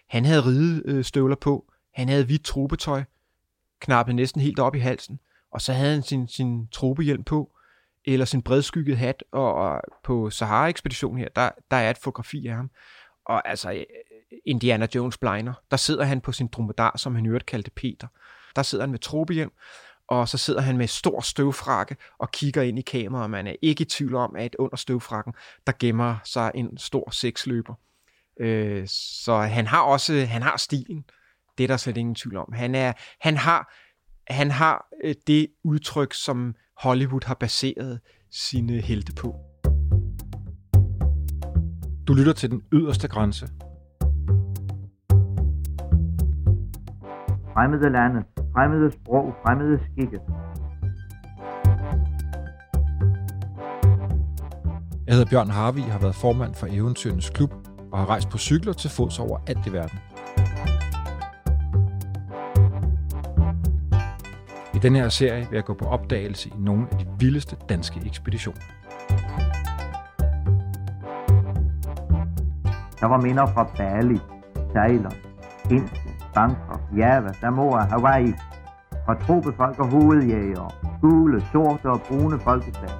Han havde ridestøvler på, han havde hvidt trobetøj, knappet næsten helt op i halsen, og så havde han sin trobehjelm på, eller sin bredskyggede hat, og på Sahara-ekspeditionen her, der er et fotografi af ham. Og altså, Indiana Jones blinder, der sidder han på sin dromedar, som han i øvrigt kaldte Peter. Der sidder han med trobehjelm, og så sidder han med stor støvfrakke og kigger ind i kameraet, og man er ikke i tvivl om, at under støvfrakken, der gemmer sig en stor seksløber. Så han har stilen. Det er der slet ingen tvivl om. Han har det udtryk, som Hollywood har baseret sine helte på. Du lytter til Den Yderste Grænse. Fremmede lande, fremmede sprog, fremmede skikke. Jeg hedder Bjørn Harvig, har været formand for Eventyrernes Klub og har rejst på cykler til fods over alt i verden. I denne her serie vil jeg gå på opdagelse i nogle af de vildeste danske ekspeditioner. Der var minder fra Bali, Thailand, Indien, Bangkok, Java, Samoa, Hawaii, fra tropefolk og hovedjægere, gule, sorte og brune folkeslag.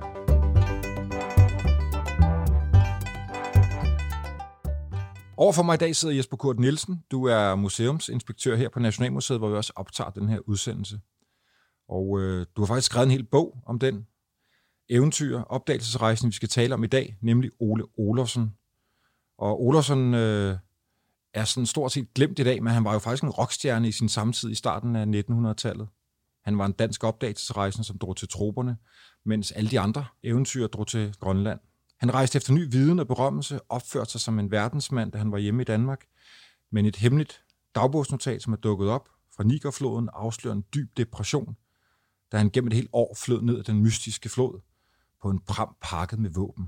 Overfor mig i dag sidder Jesper Kurt Nielsen. Du er museumsinspektør her på Nationalmuseet, hvor vi også optager den her udsendelse. Og du har faktisk skrevet en hel bog om den opdagelsesrejsen, vi skal tale om i dag, nemlig Ole Olofsen. Og Olofsen er sådan stort set glemt i dag, men han var jo faktisk en rockstjerne i sin samtid i starten af 1900-tallet. Han var en dansk opdagelsesrejsende, som drog til troperne, mens alle de andre eventyr drog til Grønland. Han rejste efter ny viden og berømmelse, opførte sig som en verdensmand, da han var hjemme i Danmark, men et hemmeligt dagbogsnotat, som er dukket op fra Nigerfloden, afslører en dyb depression, da han gennem et helt år flød ned ad den mystiske flod på en pram pakket med våben.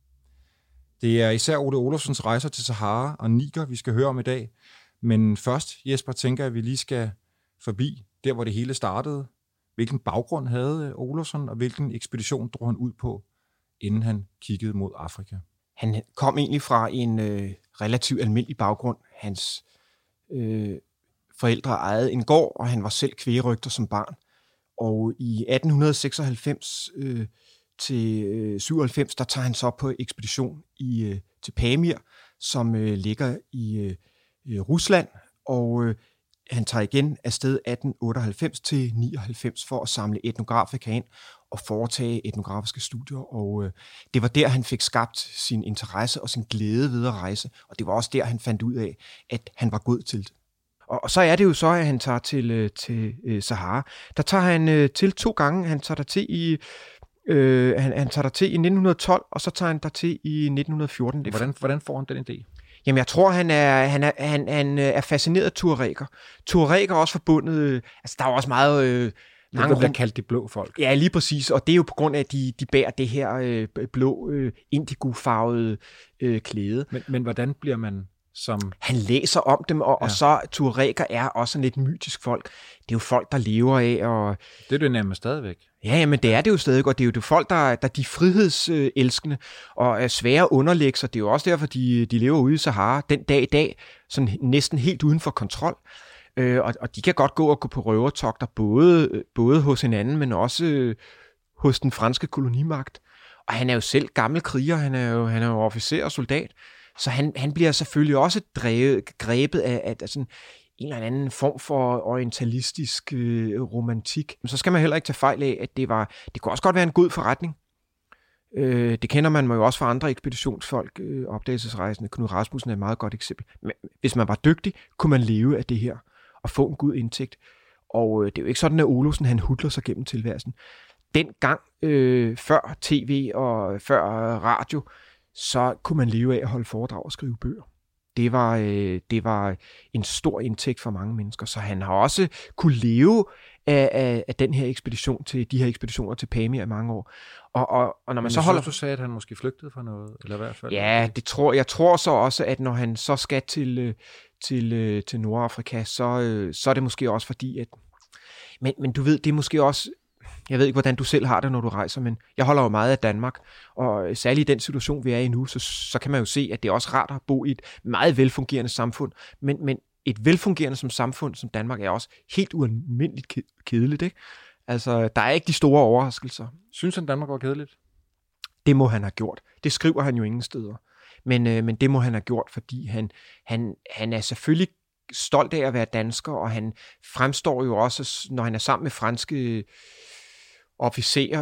Det er især Ole Olofsens rejser til Sahara og Niger, vi skal høre om i dag. Men først, Jesper, tænker jeg, at vi lige skal forbi der, hvor det hele startede. Hvilken baggrund havde Olofsen, og hvilken ekspedition drog han ud på, inden han kiggede mod Afrika? Han kom egentlig fra en relativt almindelig baggrund. Hans forældre ejede en gård, og han var selv kvægerøgter som barn. Og i 1896 til 97, der tager han så på ekspedition til Pamir, som ligger i Rusland, og han tager igen afsted 1898 til 99 for at samle etnografika ind og foretage etnografiske studier, og det var der, han fik skabt sin interesse og sin glæde ved at rejse, og det var også der, han fandt ud af, at han var god til det. Og så er det jo så, at han tager til Sahara. Der tager han til 2 gange. Han tager der til i han tager der til i 1912, og så tager han der til i 1914. Hvordan får han den idé? Jamen, jeg tror, han er fascineret af tuareger. Tuareger er også forbundet. Altså, der er jo også meget. Mange bliver kaldt de blå folk. Ja, lige præcis. Og det er jo på grund af, at de bærer det her blå, indigofarvede klæde. Men hvordan bliver man som... Han læser om dem, og så tuareger er også en lidt mytisk folk. Det er jo folk, der lever af. Og det er det nærmest stadigvæk. Ja, men det er det jo stadig, og det er jo det folk, der de frihedselskende og er svære at underlægge sig. Det er jo også derfor, de lever ude i Sahara den dag i dag, sådan næsten helt uden for kontrol. Og de kan godt gå på røvertogter, både hos hinanden, men også hos den franske kolonimagt. Og han er jo selv gammel kriger, han er jo officer og soldat, så han bliver selvfølgelig også grebet af sådan en eller anden form for orientalistisk romantik. Men så skal man heller ikke tage fejl af, at det kunne også godt være en god forretning. Det kender man jo også fra andre ekspeditionsfolk, opdagelsesrejsende. Knud Rasmussen er et meget godt eksempel. Men hvis man var dygtig, kunne man leve af det her og få en god indtægt. Og det er jo ikke sådan, at Olofsen han hudler sig gennem tilværelsen. Dengang, før tv og før radio, så kunne man leve af at holde foredrag og skrive bøger. Det var en stor indtægt for mange mennesker, så han har også kunne leve af den her ekspedition til de her ekspeditioner til Pamir i mange år. Og når man så holder... Du sagde, at han måske flygtede fra noget, eller i hvert fald... Ja, jeg tror så også, at når han så skal til Nordafrika, så er det måske også fordi, at... Men du ved, det er måske også... Jeg ved ikke, hvordan du selv har det, når du rejser, men jeg holder jo meget af Danmark, og særligt i den situation, vi er i nu, så kan man jo se, at det er også rart at bo i et meget velfungerende samfund, men et velfungerende samfund som Danmark er også helt ualmindeligt kedeligt, ikke? Altså, der er ikke de store overraskelser. Synes han, Danmark var kedeligt? Det må han have gjort. Det skriver han jo ingen steder. Men det må han have gjort, fordi han er selvfølgelig stolt af at være dansker, og han fremstår jo også, når han er sammen med franske officerer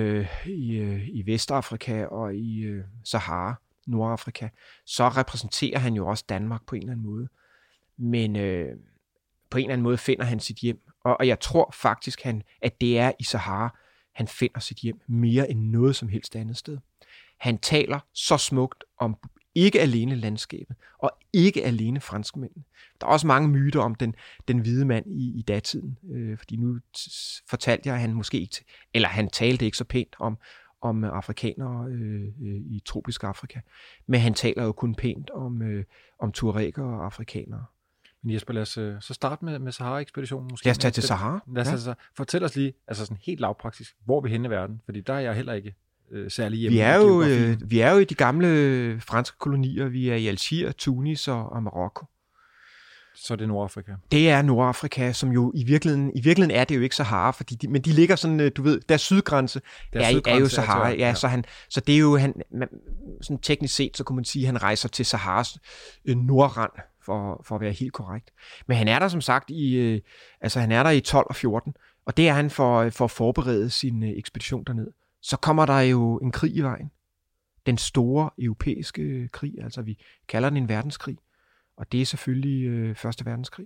i Vestafrika og i Sahara, Nordafrika, så repræsenterer han jo også Danmark på en eller anden måde. Men på en eller anden måde finder han sit hjem. Og jeg tror faktisk, at det er i Sahara, han finder sit hjem mere end noget som helst andet sted. Han taler så smukt om ikke alene landskabet, og ikke alene franskmændene. Der er også mange myter om den hvide mand i datiden, fordi nu fortalte jeg, at han måske ikke, eller han talte ikke så pænt om afrikanere i tropisk Afrika, men han taler jo kun pænt om tuareger og afrikanere. Men Jesper, lad os så starte med Sahara-ekspeditionen. Måske. Lad os tage til Sahara. Fortæl os lige, altså sådan helt lavpraktisk, hvor er vi henne i verden? Fordi der er jeg heller ikke særlig hjemme. Vi er jo i de gamle franske kolonier. Vi er i Algier, Tunis og Marokko. Så det er Nordafrika? Det er Nordafrika, som jo i virkeligheden er det jo ikke Sahara, men de ligger sådan, du ved, deres sydgrænse er jo Sahara. Ja. Så det er jo, sådan teknisk set, så kunne man sige, at han rejser til Saharas nordrand, for at være helt korrekt. Men han er der som sagt han er der i 12 og 14, og det er han for at forberede sin ekspedition derned. Så kommer der jo en krig i vejen. Den store europæiske krig, altså vi kalder den en verdenskrig. Og det er selvfølgelig Første Verdenskrig.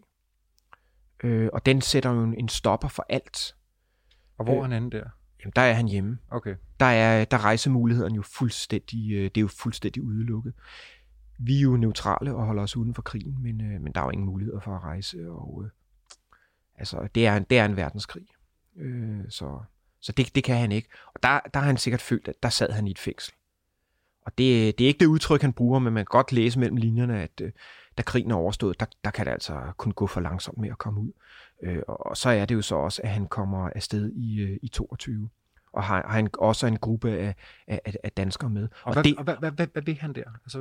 Og den sætter jo en stopper for alt. Og hvor er han henne der? Jamen, der er han hjemme. Okay. Der er rejsemulighederne jo fuldstændig, det er jo fuldstændig udelukket. Vi er jo neutrale og holder os uden for krigen, men der er jo ingen muligheder for at rejse. Og, det er en verdenskrig. Så det kan han ikke. Og der har han sikkert følt, at der sad han i et fængsel. Og det er ikke det udtryk, han bruger, men man kan godt læse mellem linjerne, at da krigen er overstået, der kan det altså kun gå for langsomt med at komme ud. Og så er det jo så også, at han kommer afsted i 22. Og har han også en gruppe af danskere med. Hvad vil han der? Altså,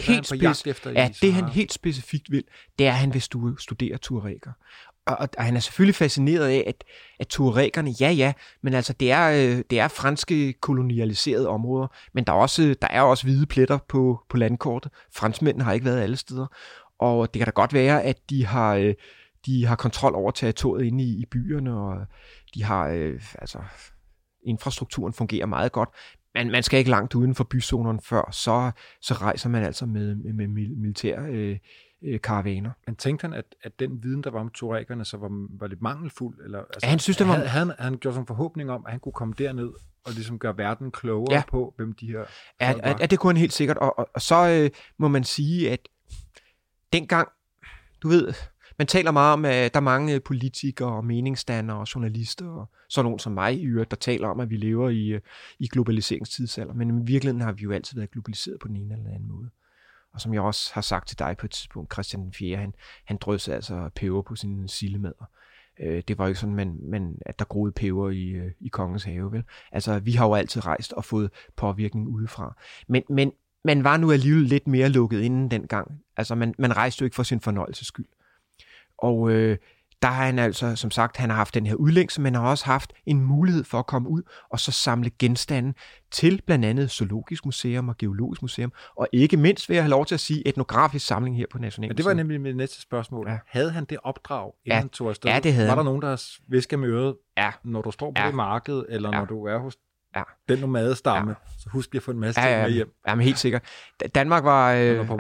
det han helt specifikt vil, det er, at han vil studere tuareger. Og han er selvfølgelig fascineret af, at tuaregerne, ja, men altså det er franske kolonialiserede områder, men der er også hvide pletter på landkortet. Franskmændene har ikke været alle steder, og det kan da godt være, at de har kontrol over territoriet inde i byerne, og de har infrastrukturen fungerer meget godt. Men man skal ikke langt uden for byzonerne før, så rejser man altså med militær karavaner. Men tænkte han, at den viden, der var om tuaregerne, så var lidt mangelfuld? Eller, altså, han synes, det var... Havde han gjort sådan en forhåbning om, at han kunne komme derned og ligesom gøre verden klogere på, hvem de her folk var? Ja, det kunne han helt sikkert. Og så må man sige, at dengang, du ved, man taler meget om, at der er mange politikere og meningsdannere og journalister og sådan nogen som mig i øvrigt, der taler om, at vi lever i globaliseringstidsalder. Men i virkeligheden har vi jo altid været globaliseret på den ene eller anden måde. Og som jeg også har sagt til dig på et tidspunkt, Christian den 4., han drøsede altså peber på sine sildemader. Det var jo ikke sådan, at der groede peber i kongens have, vel? Altså, vi har jo altid rejst og fået påvirkning udefra. Men man var nu alligevel lidt mere lukket inden dengang. Altså, man rejste jo ikke for sin fornøjelses skyld. Og der har han altså, som sagt, han har haft den her udlængsel, men har også haft en mulighed for at komme ud og så samle genstande til blandt andet Zoologisk Museum og Geologisk Museum, og ikke mindst vil jeg have lov til at sige etnografisk samling her på Nationalmuseet. Det var nemlig mit næste spørgsmål. Ja. Havde han det opdrag, inden han tog afsted? Ja, det havde Var der nogen, der visker med øret, når du står på det marked, eller når du er hos den nomadestamme, så husk lige at få en masse ting med hjem. Ja, men helt sikkert. Danmark var...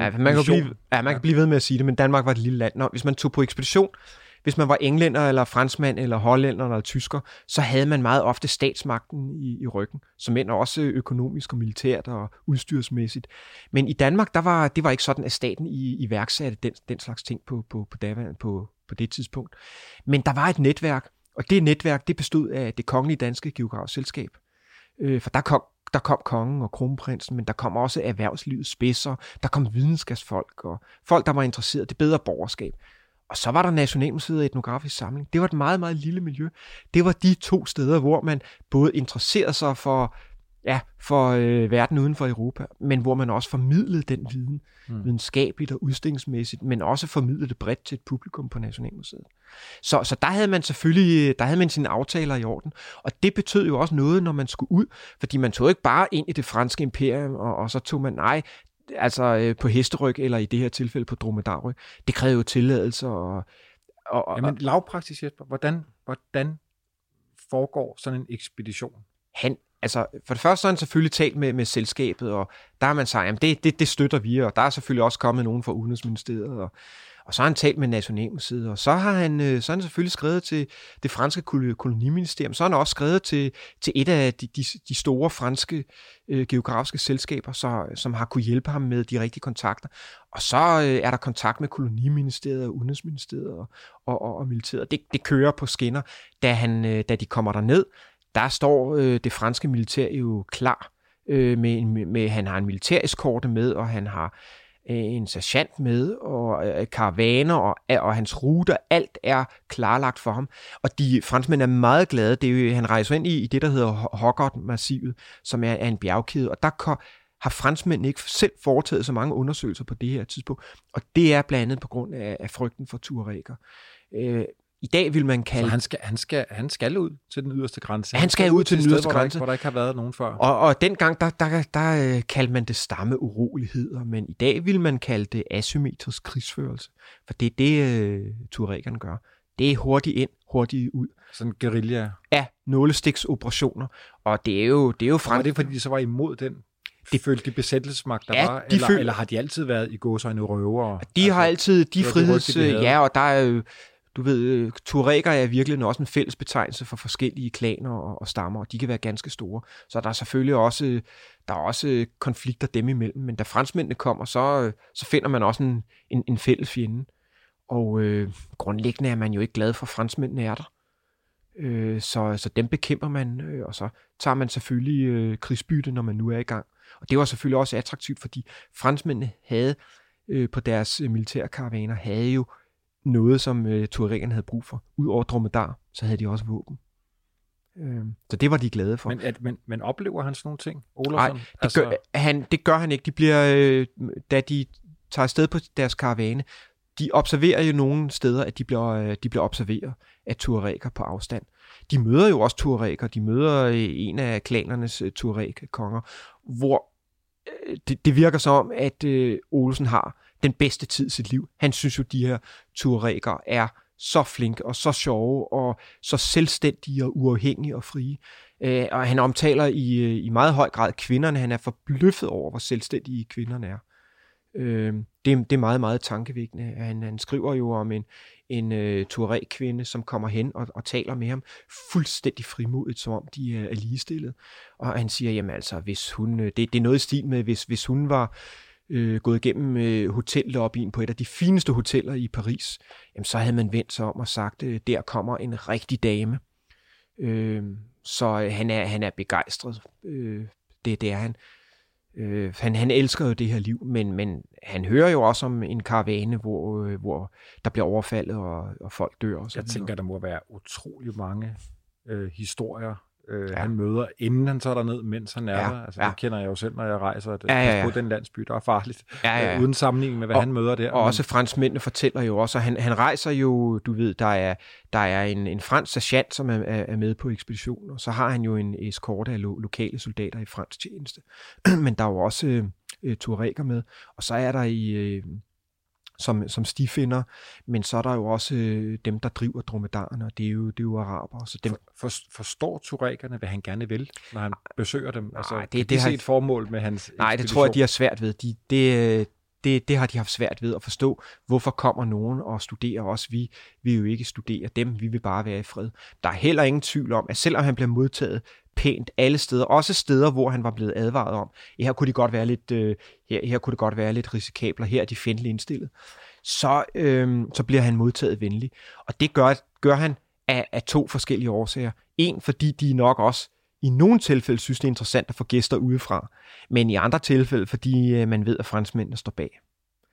man kan blive ved med at sige det, men Danmark var et lille land. Hvis man tog på ekspedition, hvis man var englænder, eller franskmand, eller hollænder, eller tysker, så havde man meget ofte statsmagten i ryggen, som end også økonomisk og militært og udstyrsmæssigt. Men i Danmark, det var ikke sådan, at staten iværksatte den slags ting på det tidspunkt. Men der var et netværk, og det netværk, det bestod af det Kongelige Danske Geografiske Selskab. For der kom kongen og kronprinsen, men der kom også erhvervslivets spidser, der kom videnskabsfolk og folk, der var interesseret i det bedre borgerskab. Og så var der Nationalmuseet og Etnografisk Samling. Det var et meget, meget lille miljø. Det var de 2 steder, hvor man både interesserede sig for verden uden for Europa, men hvor man også formidlede den viden, videnskabeligt og udstillingsmæssigt, men også formidlede det bredt til et publikum på Nationalmuseet. Så der havde man selvfølgelig sine aftaler i orden, og det betød jo også noget, når man skulle ud, fordi man tog ikke bare ind i det franske imperium, og så tog man, på hesteryg, eller i det her tilfælde på dromedarryg. Det krævede jo tilladelse Jamen, lavpraktisk, Jesper, hvordan foregår sådan en ekspedition? For det første så har han selvfølgelig talt med selskabet, og der har man sagt, jamen det støtter vi, og der er selvfølgelig også kommet nogen fra Udenrigsministeriet, og så har han talt med Nationalmuseet, og så har han selvfølgelig skrevet til det franske koloniministerium, så har han også skrevet til et af de store franske geografiske selskaber, som har kunne hjælpe ham med de rigtige kontakter. Og så er der kontakt med koloniministeriet og Udenrigsministeriet og militæret. Det kører på skinner, da de kommer derned. Der står det franske militær jo klar med han har en militæreskorte med, og han har en sergeant med, og karavaner, og hans ruter, alt er klarlagt for ham. Og de franskmænd er meget glade. Han rejser ind i det, der hedder Hoggart-massivet, som er en bjergkæde, og der har franskmændene ikke selv foretaget så mange undersøgelser på det her tidspunkt, og det er blandt andet på grund af frygten for tuareger. I dag vil man kalde... Så han skal ud til den yderste grænse. Han skal ud til den yderste grænse. Hvor der ikke har været nogen før. Og dengang, der kaldte man det stammeuroligheder, men i dag vil man kalde det asymmetrisk krigsførelse. For det er det, tuaregerne gør. Det er hurtigt ind, hurtigt ud. Sådan guerilla. Ja, nålestiksoperationer. Og det er jo frem... Var det, fordi de så var imod den? Følte de besættelsesmagt, der var? Eller har de altid været i gåseøjne røvere? De har altid de friheds... og der er jo... Du ved, tuareger er virkelig også en fælles betegnelse for forskellige klaner og stammer, og de kan være ganske store. Så der er selvfølgelig også konflikter dem imellem, men da franskmændene kommer, så finder man også en fælles fjende. Og grundlæggende er man jo ikke glad for, at franskmændene er der. Så dem bekæmper man, og så tager man selvfølgelig krigsbytte, når man nu er i gang. Og det var selvfølgelig også attraktivt, fordi franskmændene havde på deres militære karavaner, havde jo noget, som tuaregerne havde brug for. Udover dromedar, så havde de også våben. Så det var de glade for. Men oplever han sådan nogle ting, Olofsson? Nej, det gør han ikke. De bliver, da de tager afsted på deres karavane, de observerer jo nogle steder, at de bliver observeret af tuareger på afstand. De møder jo også tuareger. De møder en af klanernes tuareg-konger, hvor det virker som, at Olsen har den bedste tid i sit liv. Han synes jo, de her tuareger er så flinke og så sjove og så selvstændige og uafhængige og frie. Og han omtaler i meget høj grad kvinderne. Han er forbløffet over, hvor selvstændige kvinderne er. Det er meget, meget tankevækkende. Han skriver jo om en tuareg-kvinde, som kommer hen og taler med ham fuldstændig frimodigt, som om de er ligestillet. Og han siger, jamen altså, hvis hun, det er noget i stil med, hvis hun var gået igennem hotellobbyen på et af de fineste hoteller i Paris, jamen, så havde man vendt sig om og sagt, der kommer en rigtig dame. Så han er begejstret. Det er han. Han elsker jo det her liv, men han hører jo også om en karavane, hvor der bliver overfaldet, og folk dør. Og jeg tænker, der må være utrolig mange historier, han møder, inden han så er derned, mens han er der. Altså, det kender jeg jo selv, når jeg rejser, at på den landsby, der er farligt. Uden sammenligning med, hvad han møder der. Og også franskmændene fortæller jo også, han rejser jo, du ved, der er en fransk sergeant, som er med på ekspeditionen, og så har han jo en eskorte af lokale soldater i fransk tjeneste. Men der er jo også tuareger med, og så er der som stifinder, men så er der jo også dem, der driver dromedarerne, og det er jo arabere. Så dem... Forstår tuaregerne, hvad han gerne vil, når han besøger dem? Altså, det er et formål med hans ekspedition? Nej, det tror jeg, de har svært ved. Det har de haft svært ved at forstå. Hvorfor kommer nogen og studerer os? Vi vil jo ikke studere dem, vi vil bare være i fred. Der er heller ingen tvivl om, at selvom han bliver modtaget pænt alle steder, også steder, hvor han var blevet advaret om, her kunne det godt være lidt, her kunne det godt være lidt risikabelt, og her er de fjendtligt indstillet, så bliver han modtaget venligt. Og det gør han af 2 forskellige årsager. En, fordi de nok også i nogle tilfælde synes, det er interessant at få gæster udefra, men i andre tilfælde, fordi man ved, at franskmændene står bag.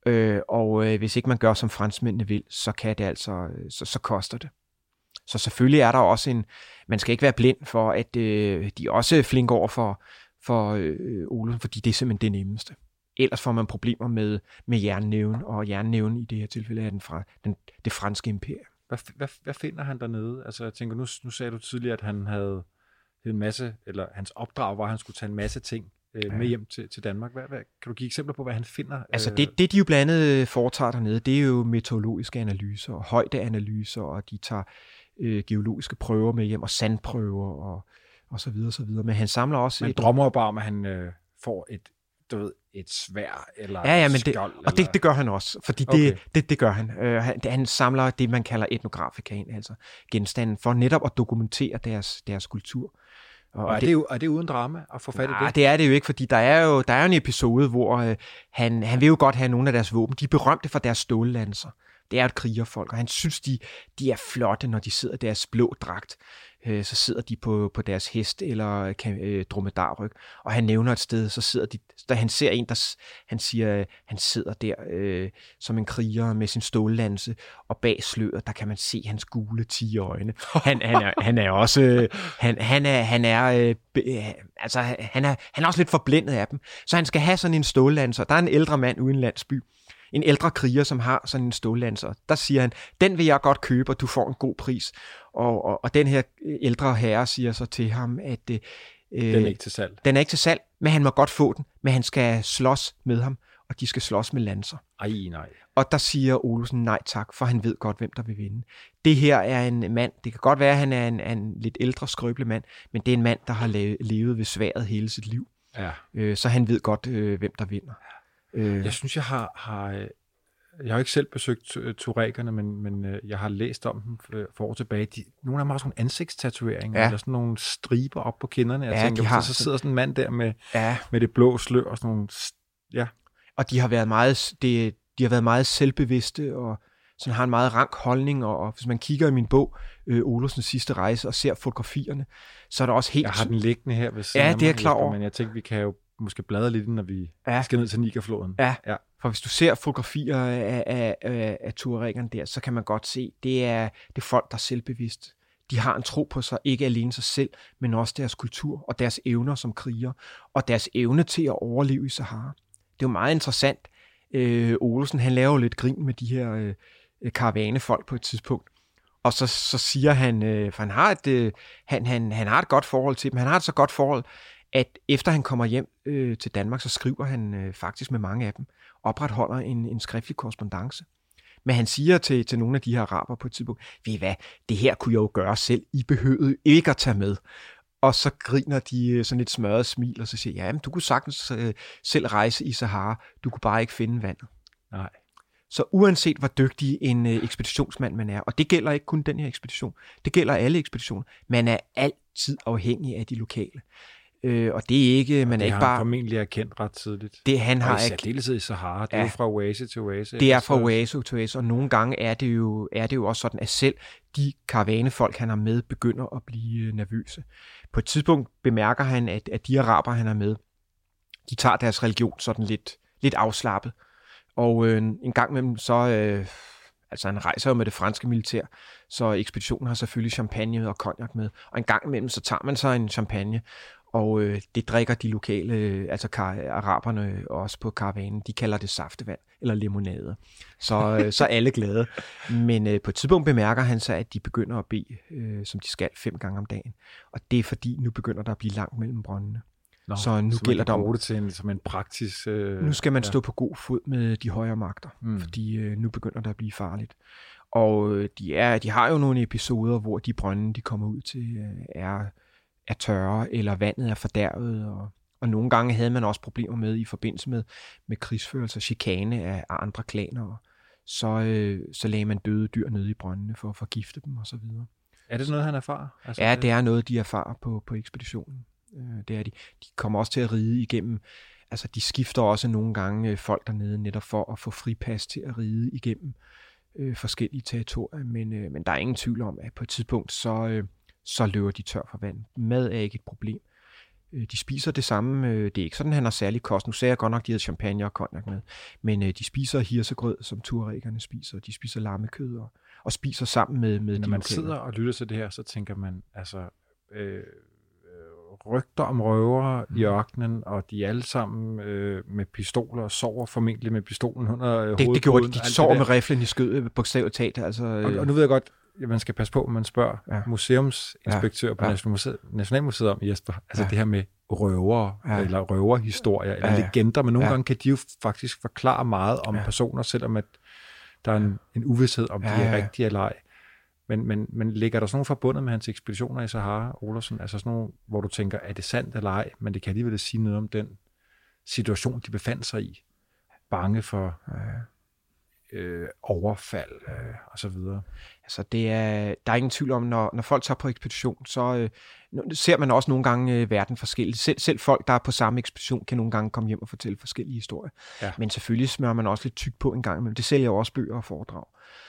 Hvis ikke man gør, som franskmændene vil, så kan det altså, så koster det. Så selvfølgelig er der også man skal ikke være blind for, at de også er flinke over for Olsen, fordi det er simpelthen det nemmeste. Ellers får man problemer med jernnæven, og jernnæven i det her tilfælde er det franske imperium. Hvad finder han dernede? Altså, jeg tænker, nu sagde du tidligere, at han havde en masse, eller hans opdrag var, at han skulle tage en masse ting med hjem til Danmark. Kan du give eksempler på, hvad han finder? Altså, det de jo blandt andet foretager dernede, det er jo meteorologiske analyser og højdeanalyser, og de tager geologiske prøver med hjem, og sandprøver, og så videre, så videre. Men han samler også... Man drømmer bare om, at han får et sværd eller et skjold. Og det gør han også, fordi okay. det gør han. Han samler det, man kalder etnografika ind, altså genstanden, for netop at dokumentere deres kultur. Og er det uden drama at få fat i det? Nej, det er det jo ikke, fordi der er jo en episode, hvor han vil jo godt have nogle af deres våben. De er berømte for deres stållanser. Det er et krigerfolk, og han synes, de er flotte, når de sidder i deres blå dragt. Så sidder de på deres hest eller dromedarryg, og han nævner et sted, så sidder de, da han ser en, han siger, han sidder der som en kriger med sin stållanse, og bag sløret, der kan man se hans gule 10 øjne. Han er også, han er også lidt forblændet af dem, så han skal have sådan en stållanse. Der er en ældre mand uden landsby, en ældre kriger, som har sådan en stållanser. Der siger han, den vil jeg godt købe, og du får en god pris. Og den her ældre herre siger så til ham, at den er ikke til salg. Den er ikke til salg, men han må godt få den, men han skal slås med ham, og de skal slås med lanser. Ej, nej. Og der siger Olsen nej tak, for han ved godt, hvem der vil vinde. Det her er en mand, det kan godt være, at han er en lidt ældre, skrøbelig mand, men det er en mand, der har levet ved sværdet hele sit liv. Ja. Så han ved godt, hvem der vinder. Jeg synes, jeg har jo ikke selv besøgt tuaregerne, men jeg har læst om dem for år tilbage. Nogle af dem har sådan nogle ansigtstatoveringer, eller sådan nogle striber op på kinderne. Jeg tænker, så sidder sådan en mand der med det blå slør og sådan nogle... Ja. Og de har været meget selvbevidste, og sådan har en meget rank holdning, og hvis man kigger i min bog, Olsens sidste rejse, og ser fotografierne, så er der også helt... Jeg har den liggende her ved siden af det er jeg klar over. Men jeg tænkte, vi kan jo måske bladre lidt, når vi skal ned til Nigerfloden. Ja, for hvis du ser fotografier af tuaregerne der, så kan man godt se, det er folk, der er selvbevidst. De har en tro på sig, ikke alene sig selv, men også deres kultur og deres evner som kriger, og deres evne til at overleve i Sahara. Det er jo meget interessant. Olsen, han laver jo lidt grin med de her karavanefolk på et tidspunkt, og så siger han, for han har et godt forhold til dem, han har et så godt forhold, at efter han kommer hjem til Danmark, så skriver han faktisk med mange af dem, opretholder en skriftlig korrespondance. Men han siger til nogle af de her araber på et tidspunkt, ved I hvad, det her kunne jeg jo gøre selv, I behøvede ikke at tage med. Og så griner de sådan et smørret smil, og så siger ja, men du kunne sagtens selv rejse i Sahara, du kunne bare ikke finde vandet. Nej. Så uanset hvor dygtig en ekspeditionsmand man er, og det gælder ikke kun den her ekspedition, det gælder alle ekspeditioner, man er altid afhængig af de lokale. Og det er ikke, man er ikke bare... Det har han formentlig erkendt ret tidligt. Det han har erkendt. Og i særdeleshed i Sahara, det er jo fra oase til oase. Det er fra oase til oase, og nogle gange er det jo også sådan, at selv de karavanefolk, han har med, begynder at blive nervøse. På et tidspunkt bemærker han, at de araber, han er med, de tager deres religion sådan lidt afslappet. Og en gang imellem så... Altså han rejser jo med det franske militær, så ekspeditionen har selvfølgelig champagne og cognac med. Og en gang imellem så tager man så en champagne, og det drikker de lokale, altså araberne også på karavanen. De kalder det saftevand eller limonade. Så er alle glade. Men på et tidspunkt bemærker han så, at de begynder at bede, som de skal, 5 gange om dagen. Og det er fordi, nu begynder der at blive langt mellem brøndene. Så nu gælder det om det til som en praktisk... Nu skal man stå på god fod med de højere magter, fordi nu begynder det at blive farligt. Og de har jo nogle episoder, hvor de brønde, de kommer ud til, er tørre, eller vandet er fordærvet, og nogle gange havde man også problemer med i forbindelse med krigsførelse og chikane af andre klaner, så lagde man døde dyr nede i brøndene for at forgifte dem og så videre. Er det noget, han erfarer? Altså, ja, det er noget, de erfarer på ekspeditionen. Det er de. De kommer også til at ride igennem, altså de skifter også nogle gange folk dernede netop for at få fripas til at ride igennem forskellige territorier, men der er ingen tvivl om, at på et tidspunkt så løber de tør for vand. Mad er ikke et problem. De spiser det samme. Det er ikke sådan, han har særlig kost. Nu sagde jeg godt nok, de havde champagne og cognac med. Men de spiser hirsegrød, som tuaregerne spiser. De spiser lammekød og spiser sammen med Når de man lokale. sidder og lytter til det her, så tænker man, altså, rygter om røvere i ørkenen, og de er alle sammen med pistoler og sover formentlig med pistolen under hovedpuden. Det gjorde de sover med riflen i skødet, bogstaveligt talt. Altså, og nu ved jeg godt, at man skal passe på, at man spørger museumsinspektør på Nationalmuseet om, Jesper, altså det her med røvere, eller røverhistorier, eller legender, men nogle gange kan de jo faktisk forklare meget om personer, selvom at der er en uvished om, de er rigtige eller ej. Men ligger der sådan nogle forbundet med hans ekspeditioner i Sahara, Olofsen, altså sådan nogle, hvor du tænker, er det sandt eller ej, men det kan alligevel sige noget om den situation, de befandt sig i. Bange for overfald og så videre. Altså der er ingen tvivl om, når folk tager på ekspedition, så ser man også nogle gange verden forskelligt. Selv folk, der er på samme ekspedition, kan nogle gange komme hjem og fortælle forskellige historier. Ja. Men selvfølgelig smører man også lidt tyk på en gang imellem. Det sælger jo også bøger og foredrag.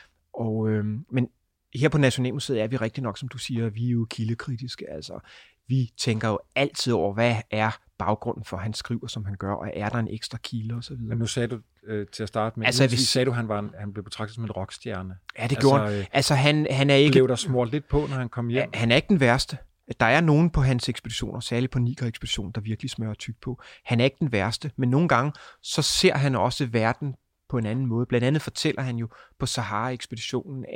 Men her på Nationalmuseet er vi rigtig nok, som du siger, vi er jo kildekritiske. Altså, vi tænker jo altid over, hvad er baggrunden for, at han skriver, som han gør, og er der en ekstra kilde og så videre. Men nu sagde du til at starte med, sagde du, han blev betragtet som en rockstjerne. Ja, det gjorde han. Altså, han er ikke... Blev der smurt lidt på, når han kom hjem? Han er ikke den værste. Der er nogen på hans ekspeditioner, særligt på Niger-ekspeditionen, der virkelig smører tyk på. Han er ikke den værste, men nogle gange, så ser han også verden på en anden måde. Blandt andet fortæller han jo på Sahara-ekspeditionen,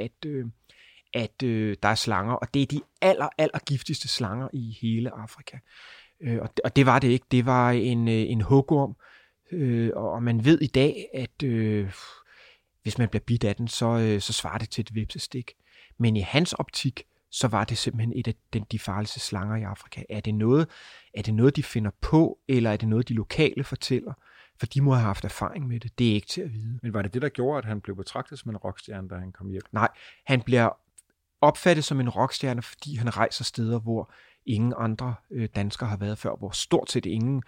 at der er slanger, og det er de aller giftigste slanger i hele Afrika. Og det var det ikke. Det var en hugorm, og man ved i dag, at hvis man bliver bidt af den, så svarer det til et hvepsestik. Men i hans optik, så var det simpelthen et af de farligste slanger i Afrika. Er det noget, de finder på, eller er det noget, de lokale fortæller? For de må have haft erfaring med det. Det er ikke til at vide. Men var det der gjorde, at han blev betragtet som en rockstjerne, da han kom hjem? Nej, han bliver opfattet som en rockstjerne, fordi han rejser steder, hvor ingen andre danskere har været før, hvor stort set ingen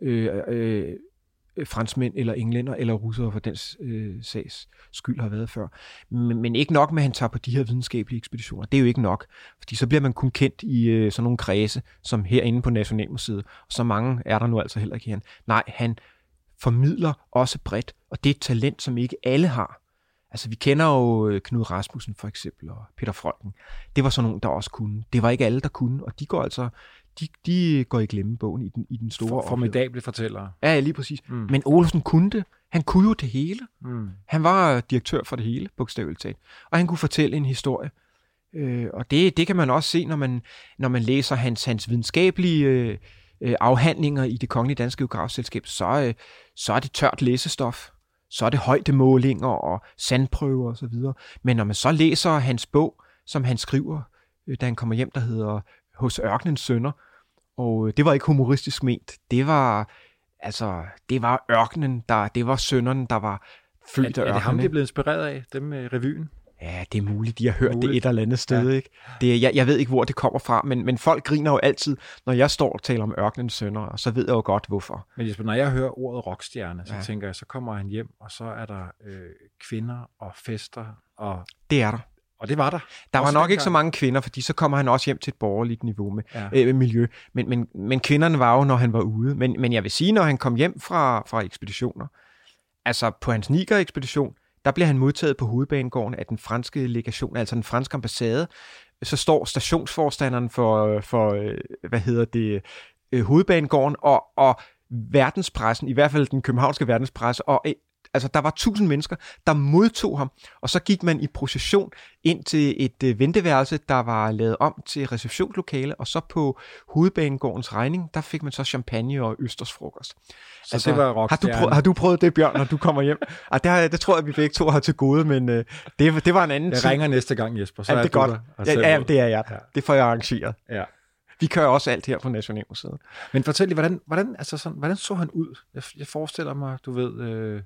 franskmænd eller englænder eller russere for den sags skyld har været før. Men ikke nok med, at han tager på de her videnskabelige ekspeditioner. Det er jo ikke nok, fordi så bliver man kun kendt i sådan nogle kredse, som herinde på Nationalmuseet, og så mange er der nu altså heller ikke her. Nej, han formidler også bredt, og det er et talent, som ikke alle har. Altså, vi kender jo Knud Rasmussen for eksempel, og Peter Freuchen. Det var sådan nogen, der også kunne. Det var ikke alle, der kunne, og de går altså, de går i glemmebogen i den store formidable fortællere. Ja, lige præcis. Men Olofsen kunne det. Han kunne jo det hele. Han var direktør for det hele, bogstaveligt talt. Og han kunne fortælle en historie. Og det kan man også se, når man læser hans videnskabelige afhandlinger i Det Kongelige Danske Geografselskab, så er det tørt læsestof. Så er det højdemålinger og sandprøver og så videre. Men når man så læser hans bog, som han skriver, da han kommer hjem, der hedder Hos ørkenens sønner, og det var ikke humoristisk ment. Det var ørkenen, det var sønnerne, der var født af ørkenen. Er det ham, de er blevet inspireret af, dem med revyen? Ja, det er muligt. De har hørt det et eller andet sted. Ja. Ikke? Jeg ved ikke, hvor det kommer fra, men folk griner jo altid, når jeg står og taler om ørkenens sønner, og så ved jeg jo godt, hvorfor. Men Jesper, når jeg hører ordet rockstjerne, så tænker jeg, så kommer han hjem, og så er der kvinder og fester. Og det er der. Og det var der. Der var nok ikke så mange kvinder, fordi så kommer han også hjem til et borgerligt niveau med miljø. Men kvinderne var jo, når han var ude. Men jeg vil sige, når han kom hjem fra ekspeditioner, altså på hans Niger-ekspedition, der bliver han modtaget på hovedbanegården af den franske legation, altså den franske ambassade. Så står stationsforstanderen for hovedbanegården og verdenspressen, i hvert fald den københavnske verdenspresse, og altså, der var 1000 mennesker, der modtog ham, og så gik man i procession ind til et venteværelse, der var lavet om til receptionslokale, og så på hovedbanegårdens regning, der fik man så champagne og østersfrokost. Så altså, det var rockstjerne. Har du prøvet det, Bjørn, når du kommer hjem? Det tror jeg, vi begge to har til gode, men det var en anden tid. Jeg ringer næste gang, Jesper. Så det er godt. Ja, det er jeg. Ja. Det får jeg arrangeret. Ja. Vi kører også alt her på Nationalmuseet. Men fortæl lige, hvordan så han ud? Jeg forestiller mig, du ved...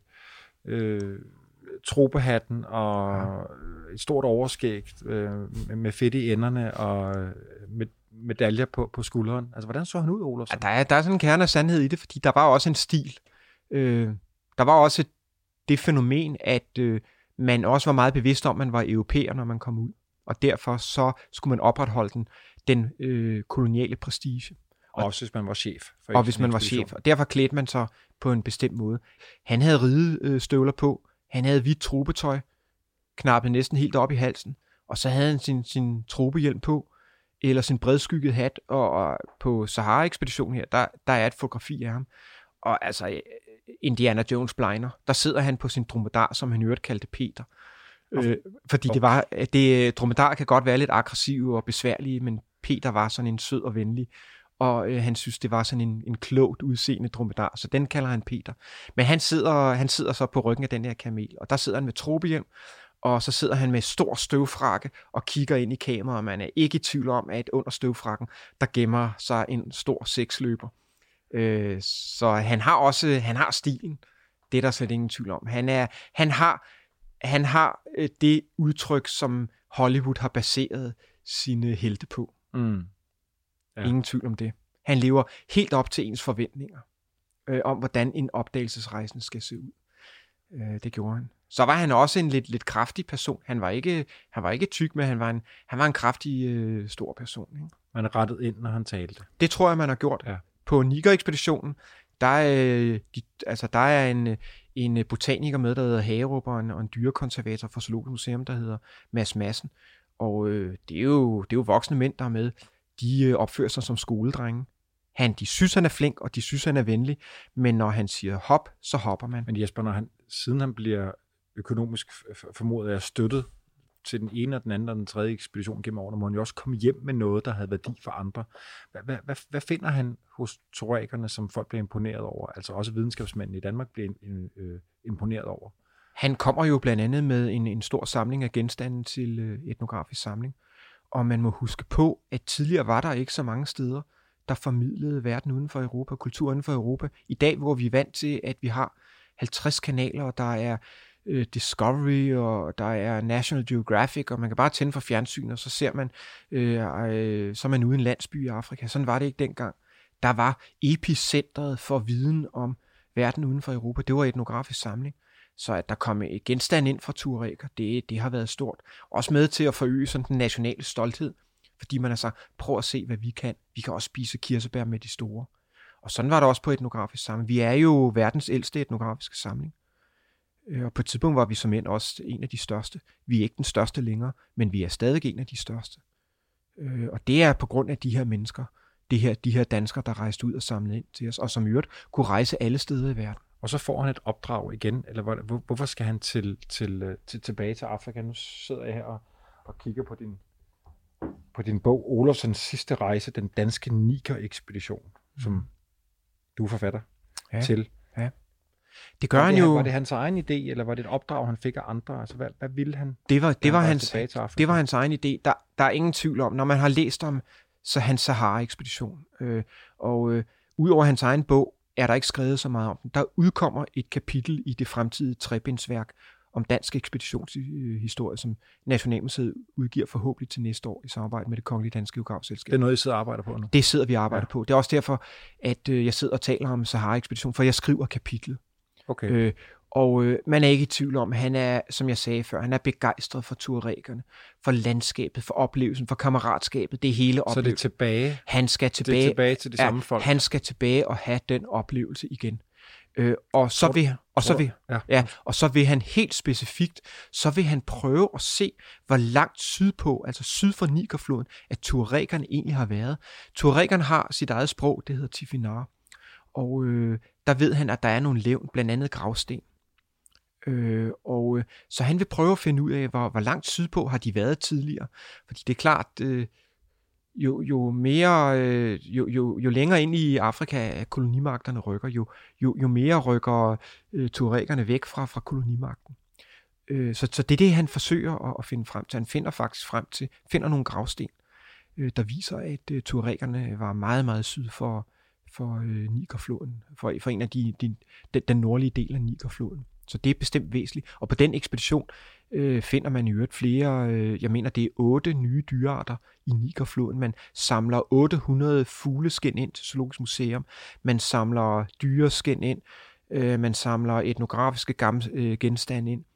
tropehatten og et stort overskæg med fedt i enderne og med medaljer på skulderen. Altså, hvordan så han ud, Olofsen? Ja, der er sådan en kerne af sandhed i det, fordi der var også en stil. Der var også det fænomen, at man også var meget bevidst om, at man var europæer, når man kom ud. Og derfor så skulle man opretholde den koloniale prestige. Og også hvis man var chef. Og hvis man var chef. Og derfor klædte man sig på en bestemt måde. Han havde ridestøvler på. Han havde hvidt trobetøj. Knappet næsten helt op i halsen. Og så havde han sin trobehjelm på. Eller sin bredskyggede hat. Og på Sahara-ekspeditionen her, der er et fotografi af ham. Og altså, Indiana Jones blinder. Der sidder han på sin dromedar, som han øvrigt kaldte Peter. Fordi dromedar kan godt være lidt aggressive og besværlige, men Peter var sådan en sød og venlig, og han synes, det var sådan en klogt udseende dromedar, så den kalder han Peter. Men han sidder så på ryggen af den her kamel, og der sidder han med trobehjelm, og så sidder han med stor støvfrakke og kigger ind i kameraet, og man er ikke i tvivl om, at under støvfrakken, der gemmer sig en stor seksløber. Så han har stilen, det er der slet ingen tvivl om. Han har det udtryk, som Hollywood har baseret sine helte på. Ja. Ingen tvivl om det. Han lever helt op til ens forventninger om, hvordan en opdagelsesrejsende skal se ud. Det gjorde han. Så var han også en lidt kraftig person. Han var ikke tyk, men han var en kraftig, stor person. Ikke? Man rettede ind, når han talte. Det tror jeg, man har gjort. Ja. På Niger-ekspeditionen, der er en botaniker med, der hedder Hagerup, og en dyrekonservator fra Zoologisk Museum, der hedder Mads Madsen. Og det er jo voksne mænd, der er med. De opfører sig som skoledrenge. De synes, han er flink, og de synes, han er venlig. Men når han siger hop, så hopper man. Men Jesper, siden han bliver økonomisk formodet af støttet til den ene og den anden og den tredje ekspedition gennem årene, må han jo også komme hjem med noget, der havde værdi for andre. Hvad finder han hos tuaregerne, som folk bliver imponeret over? Altså også videnskabsmændene i Danmark bliver imponeret over. Han kommer jo blandt andet med en stor samling af genstande til etnografisk samling. Og man må huske på, at tidligere var der ikke så mange steder, der formidlede verden uden for Europa, kultur uden for Europa. I dag, hvor vi er vant til, at vi har 50 kanaler, og der er Discovery, og der er National Geographic, og man kan bare tænde for fjernsyn, og så ser man, så er man ude i en landsby i Afrika. Sådan var det ikke dengang. Der var epicentret for viden om verden uden for Europa. Det var etnografisk samling. Så at der kom et genstand ind fra tuareger, det har været stort. Også med til at forøge sådan den nationale stolthed, fordi man har sagt, prøv at se, hvad vi kan. Vi kan også spise kirsebær med de store. Og sådan var det også på etnografisk samling. Vi er jo verdens ældste etnografiske samling. Og på et tidspunkt var vi som end også en af de største. Vi er ikke den største længere, men vi er stadig en af de største. Og det er på grund af de her mennesker, de her danskere, der rejste ud og samlede ind til os, og som i øvrigt kunne rejse alle steder i verden. Og så får han et opdrag igen, eller hvorfor skal han tilbage til Afrika? Nu sidder jeg her og kigger på din bog, Olofsens sidste rejse, den danske Niger-ekspedition, som du er forfatter til. Ja. Det gør han jo. Var det hans egen idé, eller var det et opdrag, han fik af andre? Altså, hvad ville han? Det var hans egen idé. Der er ingen tvivl om, når man har læst om hans Sahara-ekspedition, udover hans egen bog, er der ikke skrevet så meget om den. Der udkommer et kapitel i det fremtidige trebindsværk om dansk ekspeditionshistorie, som Nationalmuseet udgiver forhåbentlig til næste år i samarbejde med Det Kongelige Danske Geografselskab. Det er noget, I sidder og arbejder på nu? Det sidder vi og arbejder på. Det er også derfor, at jeg sidder og taler om Sahara-ekspedition, for jeg skriver kapitlet. Okay. Man er ikke i tvivl om, han er, som jeg sagde før, han er begejstret for tuaregerne, for landskabet, for oplevelsen, for kammeratskabet, det hele oplevelsen. Så det er tilbage? Han skal tilbage. Det er tilbage til de samme folk? Han skal tilbage og have den oplevelse igen. Og så vil han helt specifikt, så vil han prøve at se, hvor langt sydpå, altså syd for Nigerfloden, at tuaregerne egentlig har været. Tuaregerne har sit eget sprog, det hedder Tifinagh. Og der ved han, at der er nogle levn, blandt andet gravsten. Så han vil prøve at finde ud af, hvor langt sydpå har de været tidligere. Fordi det er klart, jo længere ind i Afrika kolonimagterne rykker, jo mere rykker tuaregerne væk fra kolonimagten. Så det er det, han forsøger at finde frem til. Han finder faktisk finder nogle gravsten, der viser, at tuaregerne var meget, meget syd for Nigerfloden, for en af den nordlige del af Nigerfloden. Så det er bestemt væsentligt. Og på den ekspedition finder man i øvrigt flere, jeg mener det er 8 nye dyrearter i Nigerfloden. Man samler 800 fugleskind ind til Zoologisk Museum. Man samler dyreskind ind. Man samler etnografiske genstande ind.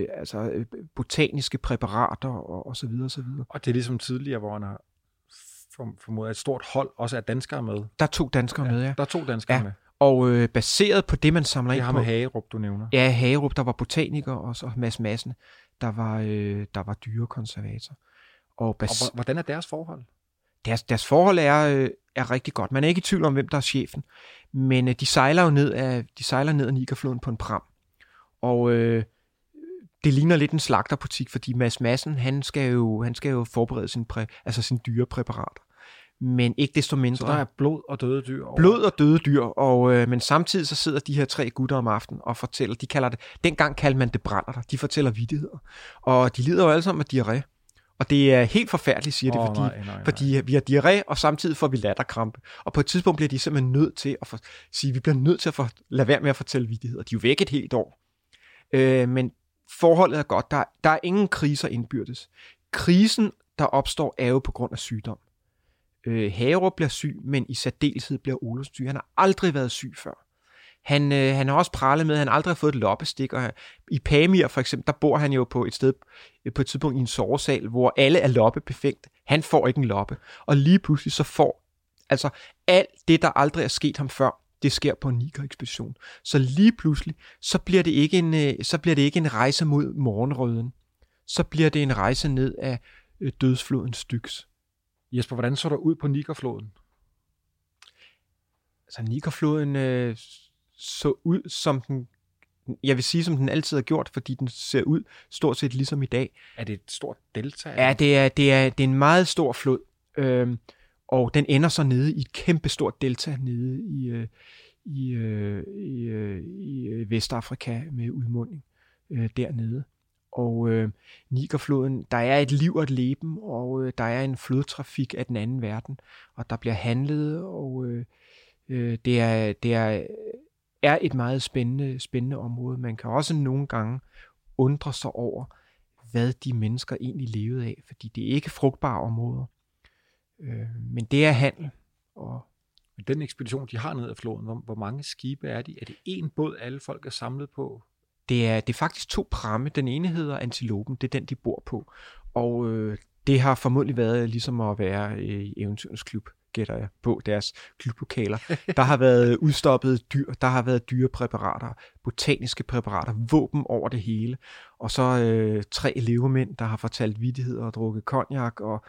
Botaniske præparater og så videre, og så videre. Og det er ligesom tidligere, hvor han har formoder et stort hold også af danskere med. Der er 2 danskere med, ja. Der er 2 danskere med. Og baseret på det, man samler ind på... Det har med Hagerup, du nævner. Ja, Hagerup, der var botaniker, og så Mads Madsen, der var dyrekonservator. Og hvordan er deres forhold? Deres forhold er rigtig godt. Man er ikke i tvivl om, hvem der er chefen, men de sejler ned ad Nigerfloden på en pram. Og det ligner lidt en slagterbutik, fordi Mads Madsen, han skal jo forberede sine dyrepræparater. Men ikke desto mindre. Så der er blod og døde dyr? Blod og døde dyr, men samtidig så sidder de her 3 gutter om aftenen og fortæller, dengang kaldte man det brænder, de fortæller vittigheder. Og de lider jo alle sammen af diarré. Og det er helt forfærdeligt, siger de, fordi vi har diarré, og samtidig får vi latterkrampe. Og på et tidspunkt bliver de simpelthen nødt til at sige, vi bliver nødt til at lade være med at fortælle vittigheder. De er jo væk et helt år. Men forholdet er godt. Der er ingen kriser indbyrdes. Krisen, der opstår, er jo på grund af sygdom. Hagerup bliver syg, men i særdeleshed bliver Olufsen syg. Han har aldrig været syg før. Han har også pralet med, at han aldrig har fået et loppestik. Og i Pamir for eksempel, der bor han jo på et tidspunkt i en sovesal, hvor alle er loppebefængt. Han får ikke en loppe. Og lige pludselig så får alt det, der aldrig er sket ham før, det sker på en Niger-ekspedition. Så lige pludselig, så bliver det ikke en rejse mod morgenrøden. Så bliver det en rejse ned af dødsfloden Styx. Jesper, hvordan så der ud på Nigerfloden? Altså Nigerfloden så ud som jeg vil sige, som den altid har gjort, fordi den ser ud stort set ligesom i dag. Er det et stort delta? Ja, det er en meget stor flod, og den ender så nede i et kæmpestort delta nede i Vestafrika med udmunding dernede. Og Nigerfloden, der er et liv og et leben, og der er en flodtrafik af den anden verden, og der bliver handlet, og det er et meget spændende område. Man kan også nogle gange undre sig over, hvad de mennesker egentlig levede af, fordi det er ikke frugtbare områder, men det er handel. Og den ekspedition, de har ned ad floden, hvor mange skibe er de? Er det én båd, alle folk er samlet på? Det er faktisk 2 pramme. Den ene hedder Antilopen, det er den, de bor på. Og det har formodentlig været ligesom at være i Eventyrens Klub, gætter jeg på, deres klublokaler. Der har været udstoppede dyr, der har været dyrepræparater, botaniske præparater, våben over det hele. Og så 3 levemænd, der har fortalt vittigheder og drukket cognac, og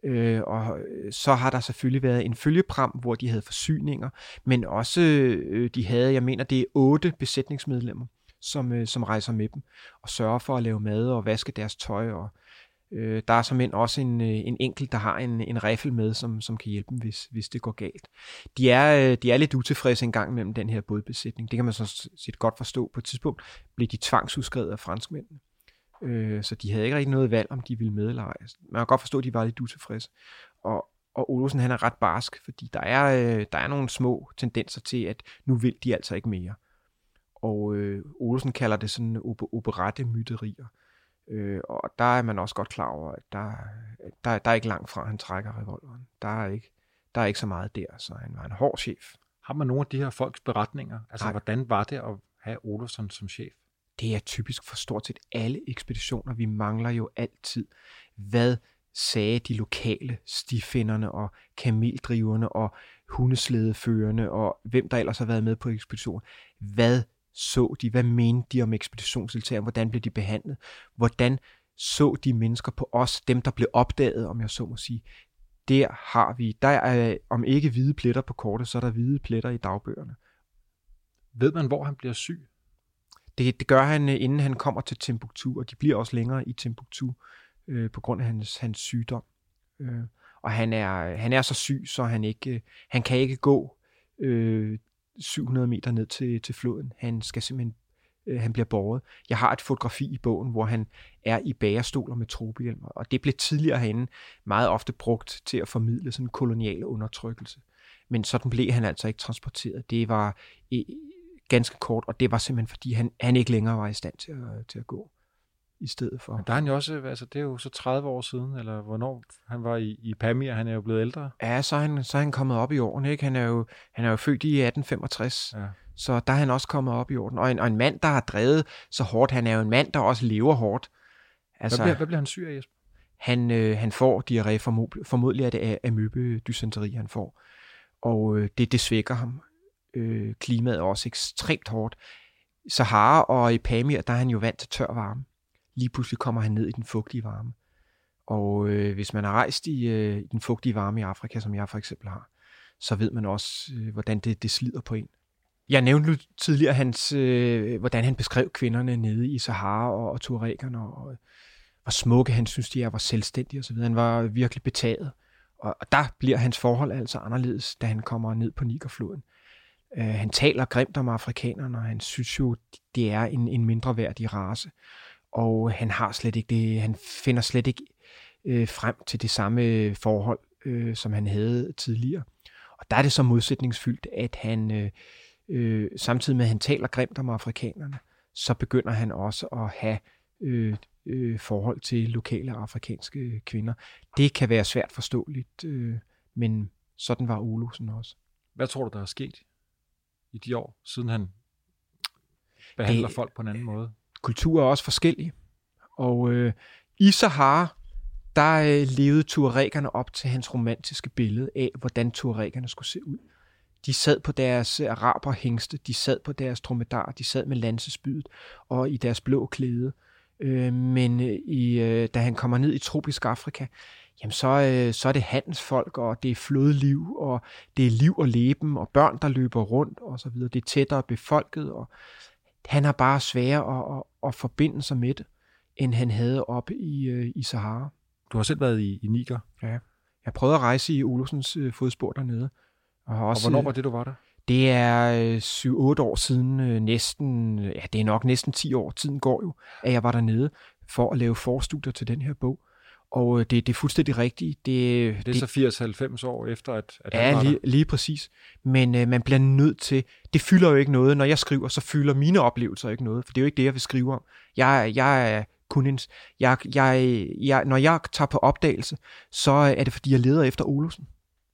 så har der selvfølgelig været en følgepram, hvor de havde forsyninger, men også de havde, jeg mener, det er 8 besætningsmedlemmer, som rejser med dem og sørger for at lave mad og vaske deres tøj. Og der er såmænd også en enkelt, der har en riffel med, som kan hjælpe dem, hvis det går galt. De er lidt utilfredse en gang mellem den her bådbesætning. Det kan man så set godt forstå. På et tidspunkt blev de tvangsudskrevet af franskmændene. Så de havde ikke rigtig noget valg, om de ville med eller ej. Man kan godt forstå, at de var lidt utilfredse. Og Olufsen, han er ret barsk, fordi der er nogle små tendenser til, at nu vil de altså ikke mere. Og Olufsen kalder det sådan operette-mytterier. Og der er man også godt klar over, at der er ikke langt fra, han trækker revolveren. Der er ikke så meget der, så han var en hård chef. Har man nogle af de her folks beretninger? Altså, hvordan var det at have Olufsen som chef? Det er typisk for stort set alle ekspeditioner. Vi mangler jo altid, hvad sagde de lokale stifinderne og kameldriverne og hundeslædeførerne og hvem der ellers har været med på ekspeditionen. Hvad så de? Hvad mente de om ekspeditionsdeltagere? Hvordan blev de behandlet? Hvordan så de mennesker på os, dem der blev opdaget, om jeg så må sige? Der er om ikke hvide pletter på kortet, så er der hvide pletter i dagbøgerne. Ved man, hvor han bliver syg? Det gør han, inden han kommer til Timbuktu, og de bliver også længere i Timbuktu på grund af hans sygdom. Og han er så syg, så han kan ikke gå 700 meter ned til floden. Han skal simpelthen han bliver båret. Jeg har et fotografi i bogen, hvor han er i bærestoler med tropehjelm, og det blev tidligere herinde meget ofte brugt til at formidle sådan en kolonial undertrykkelse. Men sådan blev han altså ikke transporteret. Det var ganske kort, og det var simpelthen fordi han ikke længere var i stand til at gå i stedet for. Men der er han jo også, altså det er jo så 30 år siden, eller hvornår han var i Pamir, han er jo blevet ældre. Ja, så er han kommet op i årene, ikke? Han er jo født i 1865, ja. Så der er han også kommet op i årene. Og en mand, der har drevet så hårdt, han er jo en mand, der også lever hårdt. Altså, hvad bliver han syg af, Jesper? Han får diarré, formodentlig er det amøbedysenteri, han får. Og det svækker ham. Klimaet er også ekstremt hårdt. Sahara og i Pamir, der er han jo vant til tør varme. Lige pludselig kommer han ned i den fugtige varme. Og hvis man har rejst i den fugtige varme i Afrika, som jeg for eksempel har, så ved man også, hvordan det slider på en. Jeg nævnte tidligere hvordan han beskrev kvinderne nede i Sahara og tuaregerne, og hvor smukke han synes, de er, hvor selvstændige osv. Han var virkelig betaget. Og der bliver hans forhold altså anderledes, da han kommer ned på Nigerfloden. Han taler grimt om afrikanerne, og han synes jo, det er en mindre værdig race. Og han har slet ikke det, han finder slet ikke frem til det samme forhold, som han havde tidligere. Og der er det så modsætningsfyldt, at han samtidig med, at han taler grimt om afrikanerne, så begynder han også at have forhold til lokale afrikanske kvinder. Det kan være svært forståeligt, men sådan var Olufsen også. Hvad tror du, der er sket i de år, siden han behandler folk på en anden måde? Kultur er også forskellige. Og i Sahara, der levede tuaregerne op til hans romantiske billede af, hvordan tuaregerne skulle se ud. De sad på deres araberhængste, de sad på deres dromedar, de sad med lansespydet og i deres blå klæde. Men da han kommer ned i tropisk Afrika, jamen så er det handelsfolk, og det er flodliv, og det er liv og leben, og børn, der løber rundt, og så videre. Det er tættere befolket, og han har bare sværere at forbinde sig med det, end han havde oppe i Sahara. Du har selv været i Niger. Ja, jeg prøvede at rejse i Olufsens fodspor dernede. Og hvornår var det, du var der? Det er 7-8 år siden, næsten, ja, det er nok næsten 10 år, tiden går jo, at jeg var dernede for at lave forstudier til den her bog. Og det er fuldstændig rigtigt. Det er så 80-90 år efter, at han var der. Lige præcis. Men man bliver nødt til, det fylder jo ikke noget. Når jeg skriver, så fylder mine oplevelser ikke noget, for det er jo ikke det, jeg vil skrive om. Jeg er kun en, når jeg tager på opdagelse, så er det, fordi jeg leder efter Olufsen.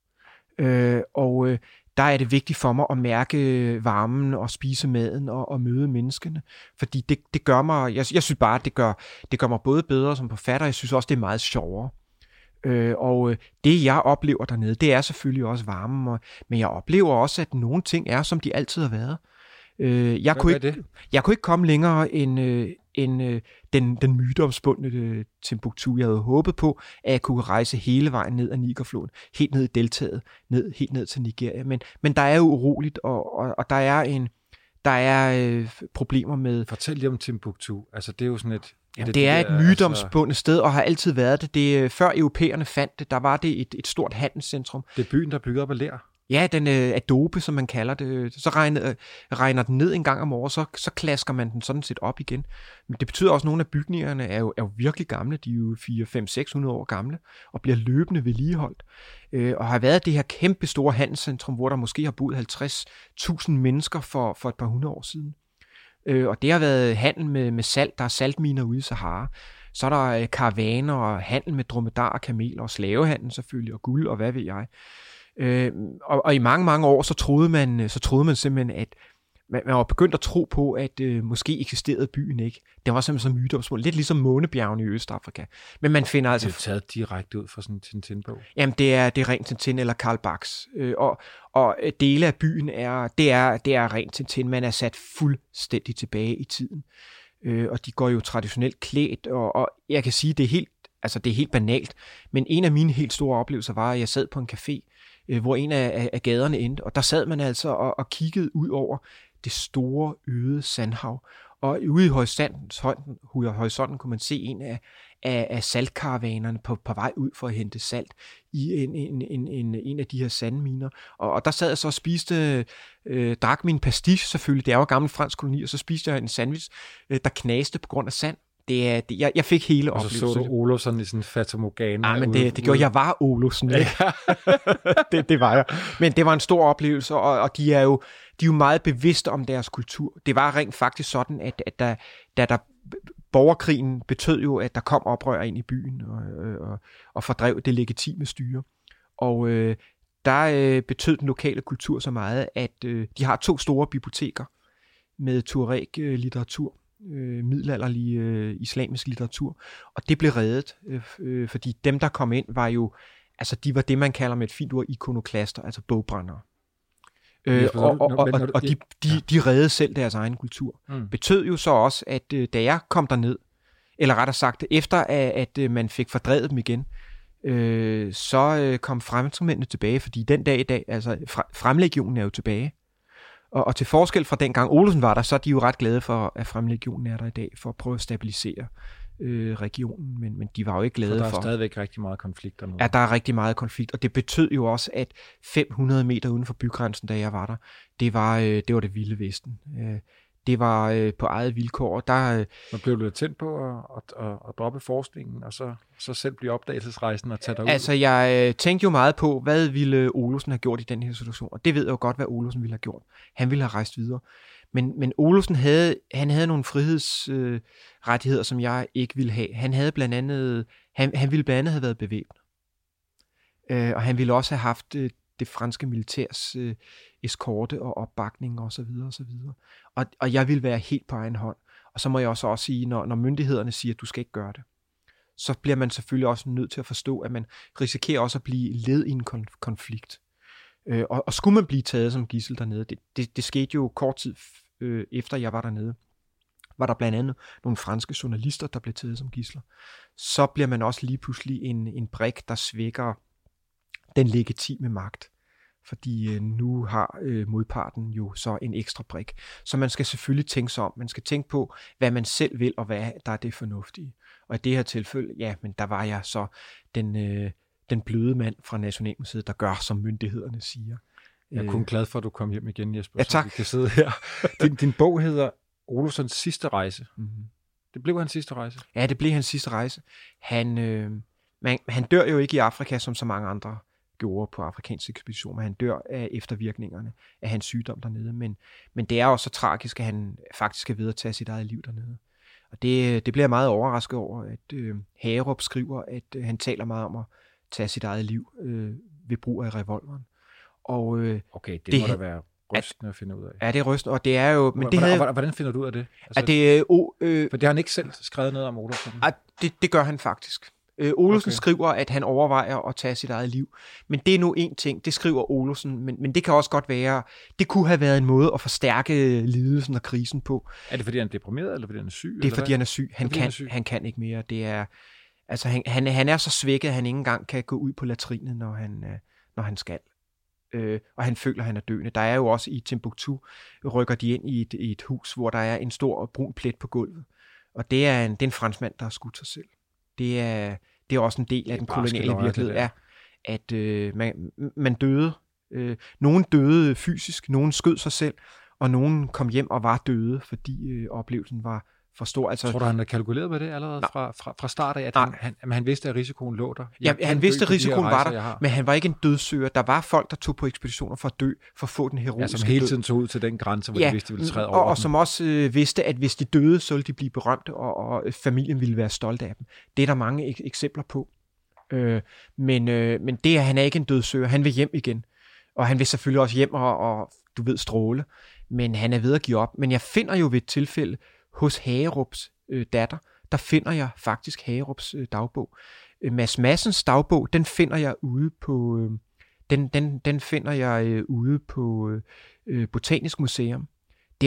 Der er det vigtigt for mig at mærke varmen og spise maden og møde menneskene. Fordi det gør mig, jeg synes bare, at det gør mig både bedre som forfatter, jeg synes også, det er meget sjovere. Og det, jeg oplever dernede, det er selvfølgelig også varmen, men jeg oplever også, at nogle ting er, som de altid har været. Jeg kunne ikke komme længere end den myteomspundne Timbuktu. Jeg havde håbet på, at jeg kunne rejse hele vejen ned ad Nigerfloden, helt ned i deltaet, helt ned til Nigeria. Men der er jo uroligt, og der er problemer med... Fortæl lige om Timbuktu. Altså, det er jo sådan et... Det er et myteomspundet sted, og har altid været det. Før europæerne fandt det, der var det et stort handelscentrum. Det er byen, der er bygget op af ler. Ja, den adobe, som man kalder det. Så regner den ned en gang om året, så klasker man den sådan set op igen. Men det betyder også, at nogle af bygningerne er jo virkelig gamle. De er jo 400-500-600 år gamle, og bliver løbende vedligeholdt. Og har været det her kæmpe store handelscentrum, hvor der måske har boet 50.000 mennesker for et par hundrede år siden. Og det har været handel med salt. Der er saltminer ude i Sahara. Så er der karavaner og handel med dromedar og kameler og slavehandel selvfølgelig, og guld og hvad ved jeg. Og i mange, mange år, så troede man simpelthen, at man var begyndt at tro på, at måske eksisterede byen ikke. Det var simpelthen så myteomspundet. Lidt ligesom Månebjergene i Østafrika. Men man finder altså... Det er taget direkte ud fra sådan en Tintin-bog. Jamen, det er rent Tintin eller Karl Barks. Og dele af byen det er rent Tintin. Man er sat fuldstændig tilbage i tiden. Og de går jo traditionelt klædt, og jeg kan sige, det er helt banalt. Men en af mine helt store oplevelser var, at jeg sad på en café, hvor en af gaderne endte, og der sad man altså og kiggede ud over det store øde sandhav, og ude i horisonten kunne man se en af saltkaravanerne på vej ud for at hente salt i en af de her sandminer, og der sad jeg så og spiste, drak min pastiche selvfølgelig, det er jo gammel fransk koloni, og så spiste jeg en sandwich, der knaste på grund af sand. Jeg fik hele oplevelsen. Og så Olufsen i sådan en fatamorgana. Ja, men det gjorde jeg var Olufsen. Ja. det var jeg. Men det var en stor oplevelse, og de er jo meget bevidste om deres kultur. Det var rent faktisk sådan, at da borgerkrigen betød jo, at der kom oprør ind i byen og fordrev det legitime styre. Og der betød den lokale kultur så meget, at de har 2 store biblioteker med Tuareg-litteratur. middelalderlige islamisk litteratur, og det blev reddet, fordi dem, der kom ind, var jo, altså de var det, man kalder med et fint ord ikonoklaster, altså bogbrændere. Og de reddede selv deres egen kultur. Betød jo så også, at da jeg kom derned, eller rettere sagt, efter at man fik fordrevet dem igen, så kom franskmændene tilbage, fordi den dag i dag, altså Fremlegionen er jo tilbage. Og til forskel fra dengang Olesen var der, så er de jo ret glade for, at Fremlegionen er der i dag, for at prøve at stabilisere regionen, men de var jo ikke glade for... der er stadigvæk rigtig meget konflikt dernede. Ja, der er rigtig meget konflikt, og det betød jo også, at 500 meter uden for bygrænsen, da jeg var der, det var det vilde vesten. Det var på eget vilkår. Så blev du tændt på at droppe forskningen, og så selv blive opdagelsesrejsen og tage derud? Altså, jeg tænkte jo meget på, hvad ville Olesen have gjort i den her situation, og det ved jeg jo godt, hvad Olesen ville have gjort. Han ville have rejst videre. Men Olesen havde nogle frihedsrettigheder, som jeg ikke ville have. Han havde blandt andet, han ville blandt andet have været bevæbnet. Og han ville også have haft det franske militærs eskorte og opbakning og så videre og så videre. Og jeg ville være helt på egen hånd. Og så må jeg også sige, når myndighederne siger, at du skal ikke gøre det, så bliver man selvfølgelig også nødt til at forstå, at man risikerer også at blive led i en konflikt. Og skulle man blive taget som gidsel dernede, det skete jo kort tid efter jeg var dernede, var der blandt andet nogle franske journalister, der blev taget som gidsler. Så bliver man også lige pludselig en brik, der svækker den legitime magt. Fordi nu har modparten jo så en ekstra brik. Så man skal selvfølgelig tænke sig om. Man skal tænke på, hvad man selv vil, og hvad der er det fornuftige. Og i det her tilfælde, ja, men der var jeg så den bløde mand fra Nationalmuseet, der gør, som myndighederne siger. Jeg er kun glad for, at du kom hjem igen, Jesper. Ja, tak. Så vi kan sidde her. Din bog hedder Olesens sidste rejse. Mm-hmm. Det blev hans sidste rejse? Ja, det blev hans sidste rejse. Han dør jo ikke i Afrika, som så mange andre gjorde på afrikansk ekspedition, men han dør af eftervirkningerne af hans sygdom dernede. Men det er også så tragisk, at han faktisk er ved at tage sit eget liv dernede. Og det bliver jeg meget overrasket over, at Hagerup skriver, at han taler meget om at tage sit eget liv ved brug af revolveren. Og, okay, det må da være rystende at finde ud af. Ja, det er rystende, og det er jo... Men hvordan finder du ud af det? Altså, for det har han ikke selv skrevet noget om Olesen? Det gør han faktisk. Olesen skriver, at han overvejer at tage sit eget liv. Men det er nu en ting, det skriver Olesen, men det kan også godt være, det kunne have været en måde at forstærke lidelsen og krisen på. Er det fordi han er deprimeret, eller fordi han er syg? Det er fordi han er syg. Han kan ikke mere. Det er, altså, han er så svækket, at han ikke engang kan gå ud på latrinen, når han skal. Og han føler, at han er døende. Der er jo også i Timbuktu, rykker de ind i et hus, hvor der er en stor brun plet på gulvet. Og det er en franskmand, der har skudt sig selv. Det er også en del af den koloniale virkelighed, er, at man døde. Nogen døde fysisk, nogen skød sig selv, og nogen kom hjem og var døde, fordi oplevelsen var for stor. Altså, tror du, han havde kalkuleret med det allerede fra start af, at han vidste, at risikoen lå der? Ja, han vidste, at risikoen var der, men han var ikke en dødssøger. Der var folk, der tog på ekspeditioner for at dø, for at få den heroiske død. Som hele tiden tog ud til den grænse, hvor de vidste, de ville træde over og som også vidste, at hvis de døde, så ville de blive berømte, og familien ville være stolt af dem. Det er der mange eksempler på. Men det er, han er ikke en dødssøger. Han vil hjem igen. Og han vil selvfølgelig også hjem og du ved, stråle. Men han er ved at give op. Men jeg finder jo ved et tilfælde, hos Hagerups datter, der finder jeg faktisk Hagerups dagbog. Mads Madsens dagbog, den finder jeg ude på den finder jeg ude på Botanisk Museum. Det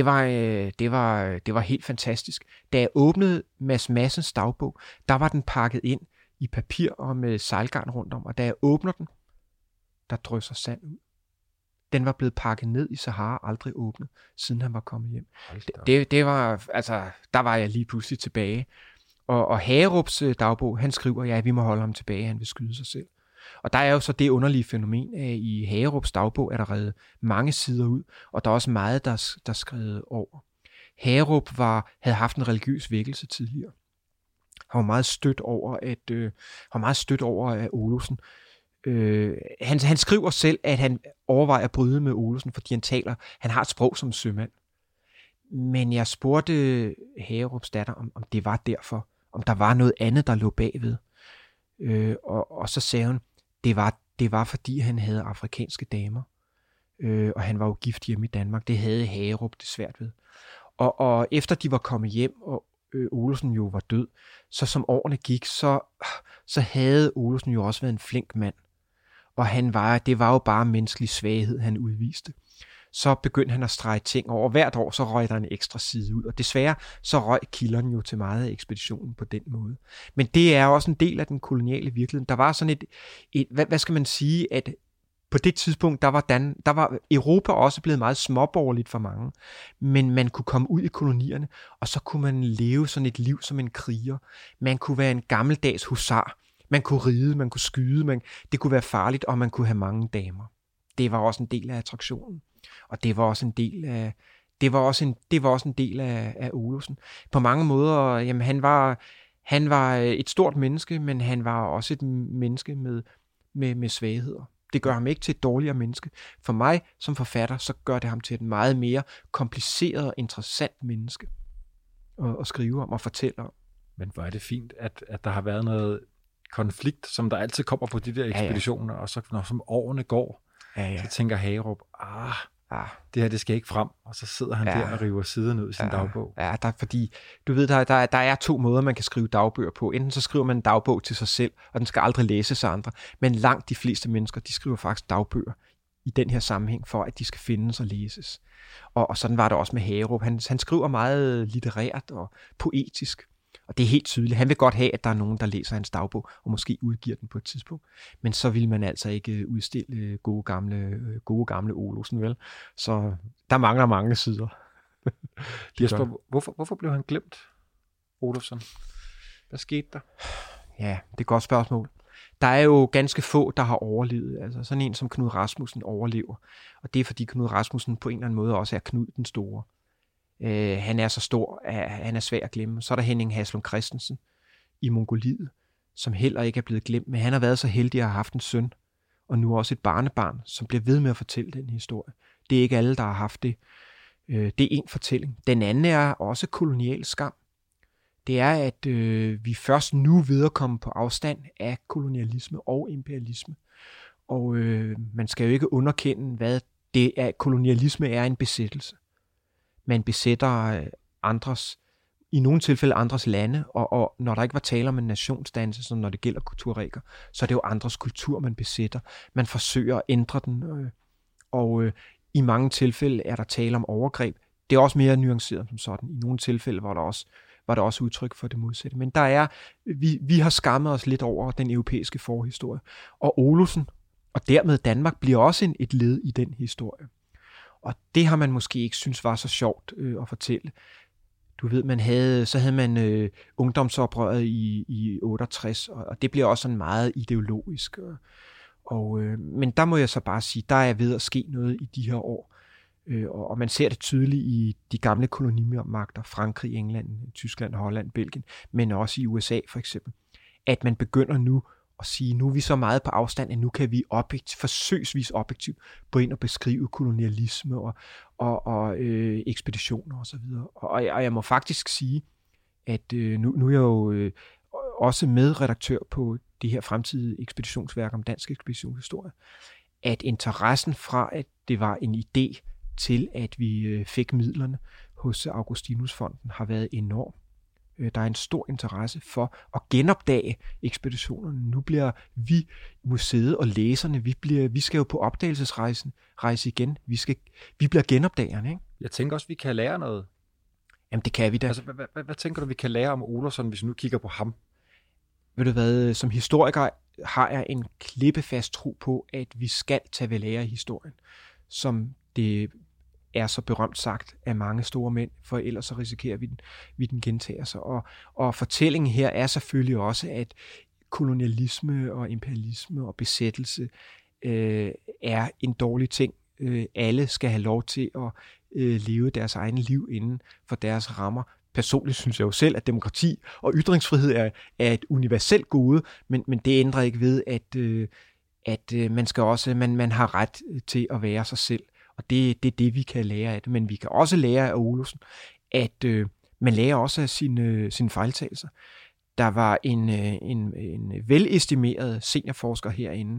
var helt fantastisk. Da jeg åbnede Mads Madsens dagbog, der var den pakket ind i papir og med sejlgarn rundt om, og da jeg åbner den, der drysser sand ud. Den var blevet pakket ned i Sahara, aldrig åbnet, siden han var kommet hjem. Det var, altså, der var jeg lige pludselig tilbage. Og Hagerups dagbog, han skriver, ja, vi må holde ham tilbage, han vil skyde sig selv. Og der er jo så det underlige fænomen, at i Hagerups dagbog er der reddet mange sider ud, og der er også meget, der er skrevet over. Hagerup havde haft en religiøs vækkelse tidligere. Han var meget stødt over, at Olesen. Han skriver selv, at han overvejer at bryde med Olesen, fordi han har et sprog som sømand. Men jeg spurgte Hagerups datter, om det var derfor, om der var noget andet, der lå bagved. Og så sagde hun, det var fordi han havde afrikanske damer, og han var jo gift hjemme i Danmark. Det havde Hagerup det svært ved. Og efter de var kommet hjem, og Olesen jo var død, så som årene gik, så havde Olesen jo også været en flink mand. Og det var jo bare menneskelig svaghed, han udviste. Så begyndte han at strege ting over. Hvert år så røg der en ekstra side ud. Og desværre så røg kilderne jo til meget af ekspeditionen på den måde. Men det er også en del af den koloniale virkelighed. Der var sådan hvad skal man sige, at på det tidspunkt, der var Europa også blevet meget småborgerligt for mange. Men man kunne komme ud i kolonierne, og så kunne man leve sådan et liv som en kriger. Man kunne være en gammeldags husar. Man kunne ride, man kunne skyde, det kunne være farligt, og man kunne have mange damer. Det var også en del af attraktionen. Og det var også en del af Olesen. På mange måder, jamen han var et stort menneske, men han var også et menneske med svagheder. Det gør ham ikke til et dårligere menneske. For mig som forfatter, så gør det ham til et meget mere kompliceret og interessant menneske at skrive om og fortælle om. Men hvor er det fint, at der har været noget konflikt, som der altid kommer på de der ekspeditioner, og så når som årene går, så tænker Hagerup, det her, det skal ikke frem, og så sidder han der og river siden ud i sin dagbog. Ja, fordi, du ved, der er 2 måder, man kan skrive dagbøger på. Enten så skriver man en dagbog til sig selv, og den skal aldrig læses af andre, men langt de fleste mennesker, de skriver faktisk dagbøger i den her sammenhæng, for at de skal findes og læses. Og sådan var det også med Hagerup. Han skriver meget litterært og poetisk. Og det er helt tydeligt. Han vil godt have, at der er nogen, der læser hans dagbog, og måske udgiver den på et tidspunkt. Men så vil man altså ikke udstille gode gamle Olesen, vel? Så der mangler mange sider. Jesper, hvorfor blev han glemt, Olesen? Hvad skete der? Ja, det er et godt spørgsmål. Der er jo ganske få, der har overlevet. Altså sådan en som Knud Rasmussen overlever. Og det er fordi Knud Rasmussen på en eller anden måde også er Knud den Store. Han er så stor, at han er svær at glemme. Så er der Henning Haslund Christensen i Mongoliet, som heller ikke er blevet glemt, men han har været så heldig at have haft en søn, og nu også et barnebarn, som bliver ved med at fortælle den historie. Det er ikke alle, der har haft det. Det er en fortælling. Den anden er også kolonial skam. Det er, at vi først nu viderekommer på afstand af kolonialisme og imperialisme. Og man skal jo ikke underkende, hvad det er. Kolonialisme er en besættelse. Man besætter i nogle tilfælde andres lande, og når der ikke var tale om en nationsdannelse, som når det gælder kulturrækker, så er det jo andres kultur, man besætter. Man forsøger at ændre den, og i mange tilfælde er der tale om overgreb. Det er også mere nuanceret som sådan. I nogle tilfælde var der også udtryk for det modsatte. Men vi har skammet os lidt over den europæiske forhistorie. Og Olesen, og dermed Danmark, bliver også et led i den historie. Og det har man måske ikke synes var så sjovt at fortælle. Du ved, så havde man ungdomsoprøret i 68, og det bliver også sådan meget ideologisk. Men der må jeg så bare sige, der er ved at ske noget i de her år. Og man ser det tydeligt i de gamle kolonimagter, Frankrig, England, Tyskland, Holland, Belgien, men også i USA for eksempel, at man begynder nu at sige, nu er vi så meget på afstand, at nu kan vi forsøgsvis objektivt gå ind og beskrive kolonialisme og ekspeditioner osv. Og jeg må faktisk sige, at nu er jeg jo også medredaktør på det her fremtidige ekspeditionsværk om dansk ekspeditionshistorie, at interessen fra, at det var en idé til, at vi fik midlerne hos Augustinusfonden, har været enorm. Der er en stor interesse for at genopdage ekspeditionerne. Nu bliver vi, museet og læserne, vi skal jo på opdagelsesrejse igen. Vi bliver genopdagerne, ikke? Jeg tænker også, vi kan lære noget. Jamen, det kan vi da. Altså, hvad tænker du, vi kan lære om Olesen, hvis vi nu kigger på ham? Ved du hvad, som historiker har jeg en klippefast tro på, at vi skal tage ved lære af historien, som det er så berømt sagt af mange store mænd, for ellers så risikerer vi den gentager sig. Og fortællingen her er selvfølgelig også, at kolonialisme og imperialisme og besættelse er en dårlig ting. Alle skal have lov til at leve deres egen liv inden for deres rammer. Personligt synes jeg jo selv, at demokrati og ytringsfrihed er et universelt gode, men det ændrer ikke ved, at man skal også man har ret til at være sig selv. Og det er det, vi kan lære af det. Men vi kan også lære af Olesen, at man lærer også af sine fejltagelser. Der var en velestimeret seniorforsker herinde,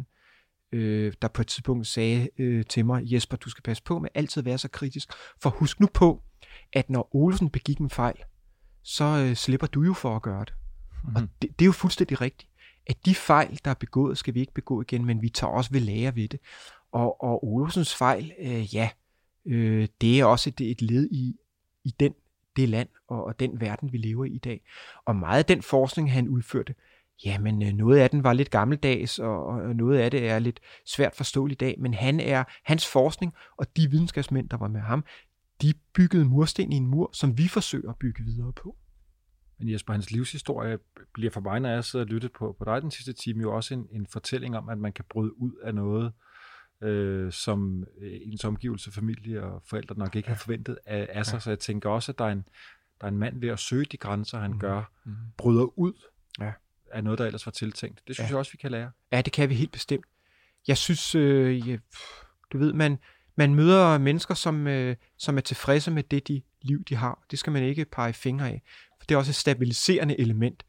der på et tidspunkt sagde til mig, Jesper, du skal passe på med altid at være så kritisk. For husk nu på, at når Olsen begik en fejl, så slipper du jo for at gøre det. Og det er jo fuldstændig rigtigt, at de fejl, der er begået, skal vi ikke begå igen, men vi tager også ved lære ved det. Og Olsens fejl, det er også et led i det land og den verden, vi lever i dag. Og meget af den forskning, han udførte, jamen noget af den var lidt gammeldags, og noget af det er lidt svært forståeligt i dag, men hans forskning og de videnskabsmænd, der var med ham, de byggede mursten i en mur, som vi forsøger at bygge videre på. Men Jesper, hans livshistorie bliver for mig, når jeg sidder og lytter på dig den sidste time, jo også en fortælling om, at man kan bryde ud af noget, som ens omgivelse, familie og forældre nok ikke har forventet af sig. Så jeg tænker også, at der er en mand ved at søge de grænser, han gør, bryder ud af noget, der ellers var tiltænkt. Det synes jeg også, vi kan lære. Ja, det kan vi helt bestemt. Jeg synes, du ved, man møder mennesker, som er tilfredse med det liv, de har. Det skal man ikke pege fingre af. For det er også et stabiliserende element.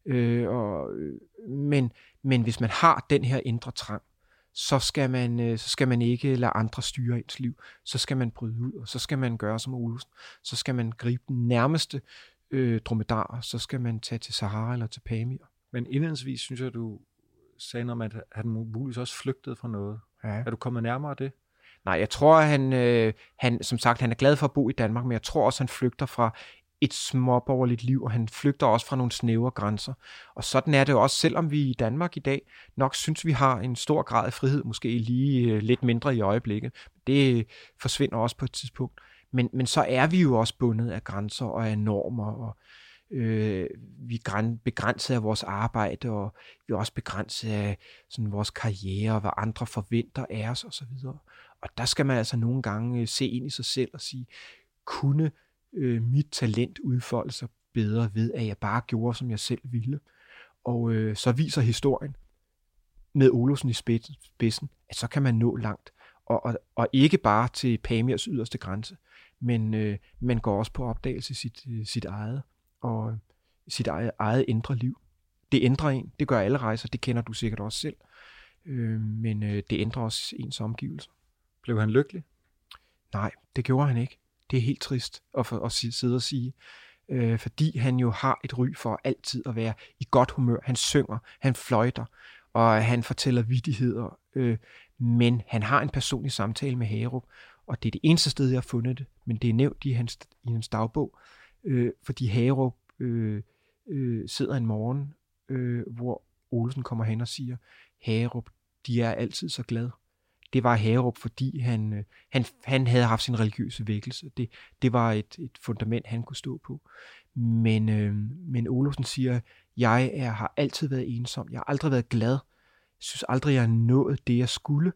Men hvis man har den her indre trang, så skal man ikke lade andre styre ens liv. Så skal man bryde ud, og så skal man gøre som Olsen. Så skal man gribe den nærmeste dromedar, så skal man tage til Sahara eller til Pamir. Men indledningsvis synes jeg, du sagde noget om, at han muligvis også flygtede fra noget. Ja. Er du kommet nærmere det? Nej, jeg tror, han som sagt, han er glad for at bo i Danmark, men jeg tror også, han flygter fra et småborgerligt liv, og han flygter også fra nogle snævre grænser. Og sådan er det også, selvom vi i Danmark i dag nok synes, vi har en stor grad af frihed, måske lige lidt mindre i øjeblikket. Det forsvinder også på et tidspunkt. Men så er vi jo også bundet af grænser og af normer, og vi er begrænset af vores arbejde, og vi er også begrænset af sådan vores karriere, og hvad andre forventer af os osv. Og der skal man altså nogle gange se ind i sig selv og sige, kunne mit talent udfolde sig bedre ved, at jeg bare gjorde, som jeg selv ville. Og så viser historien med Olsen i spidsen, at så kan man nå langt. Og ikke bare til Pamirs yderste grænse, men man går også på opdagelse sit eget og sit eget indre liv. Det ændrer en. Det gør alle rejser. Det kender du sikkert også selv. Men det ændrer også ens omgivelser. Blev han lykkelig? Nej, det gjorde han ikke. Det er helt trist at sidde og sige. Fordi han jo har et ry for altid at være i godt humør. Han synger, han fløjter, og han fortæller vittigheder. Men han har en personlig samtale med Hagerup, og det er det eneste sted, jeg har fundet det. Men det er nævnt i hans dagbog. Fordi Hagerup sidder en morgen, hvor Olsen kommer hen og siger, Hagerup, de er altid så glade. Det var Hagerup, fordi han havde haft sin religiøse vækkelse. Det var et fundament, han kunne stå på. Men Olsen siger, jeg har altid været ensom. Jeg har aldrig været glad. Jeg synes aldrig, jeg har nået det, jeg skulle.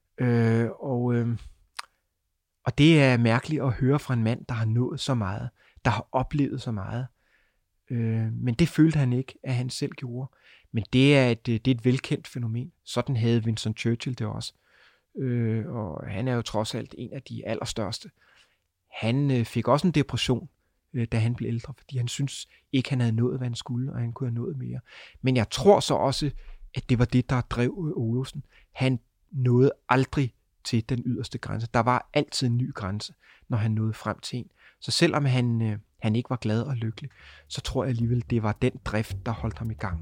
Og det er mærkeligt at høre fra en mand, der har nået så meget, der har oplevet så meget. Men det følte han ikke, at han selv gjorde. Men det er et velkendt fænomen. Sådan havde Winston Churchill det også. Og han er jo trods alt en af de allerstørste. Han fik også en depression, da han blev ældre, fordi han synes ikke, han havde nået, hvad han skulle, og han kunne have nået mere. Men jeg tror så også, at det var det, der drev Olsen. Han nåede aldrig til den yderste grænse. Der var altid en ny grænse, når han nåede frem til en. Så selvom han ikke var glad og lykkelig, så tror jeg alligevel, det var den drift, der holdt ham i gang.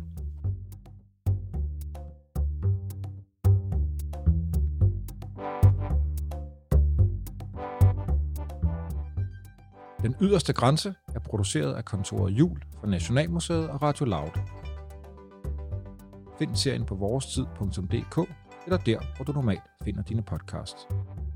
Den yderste grænse er produceret af kontoret Jul for Nationalmuseet og Radio Loud. Find serien på vorestid.dk eller der, hvor du normalt finder dine podcasts.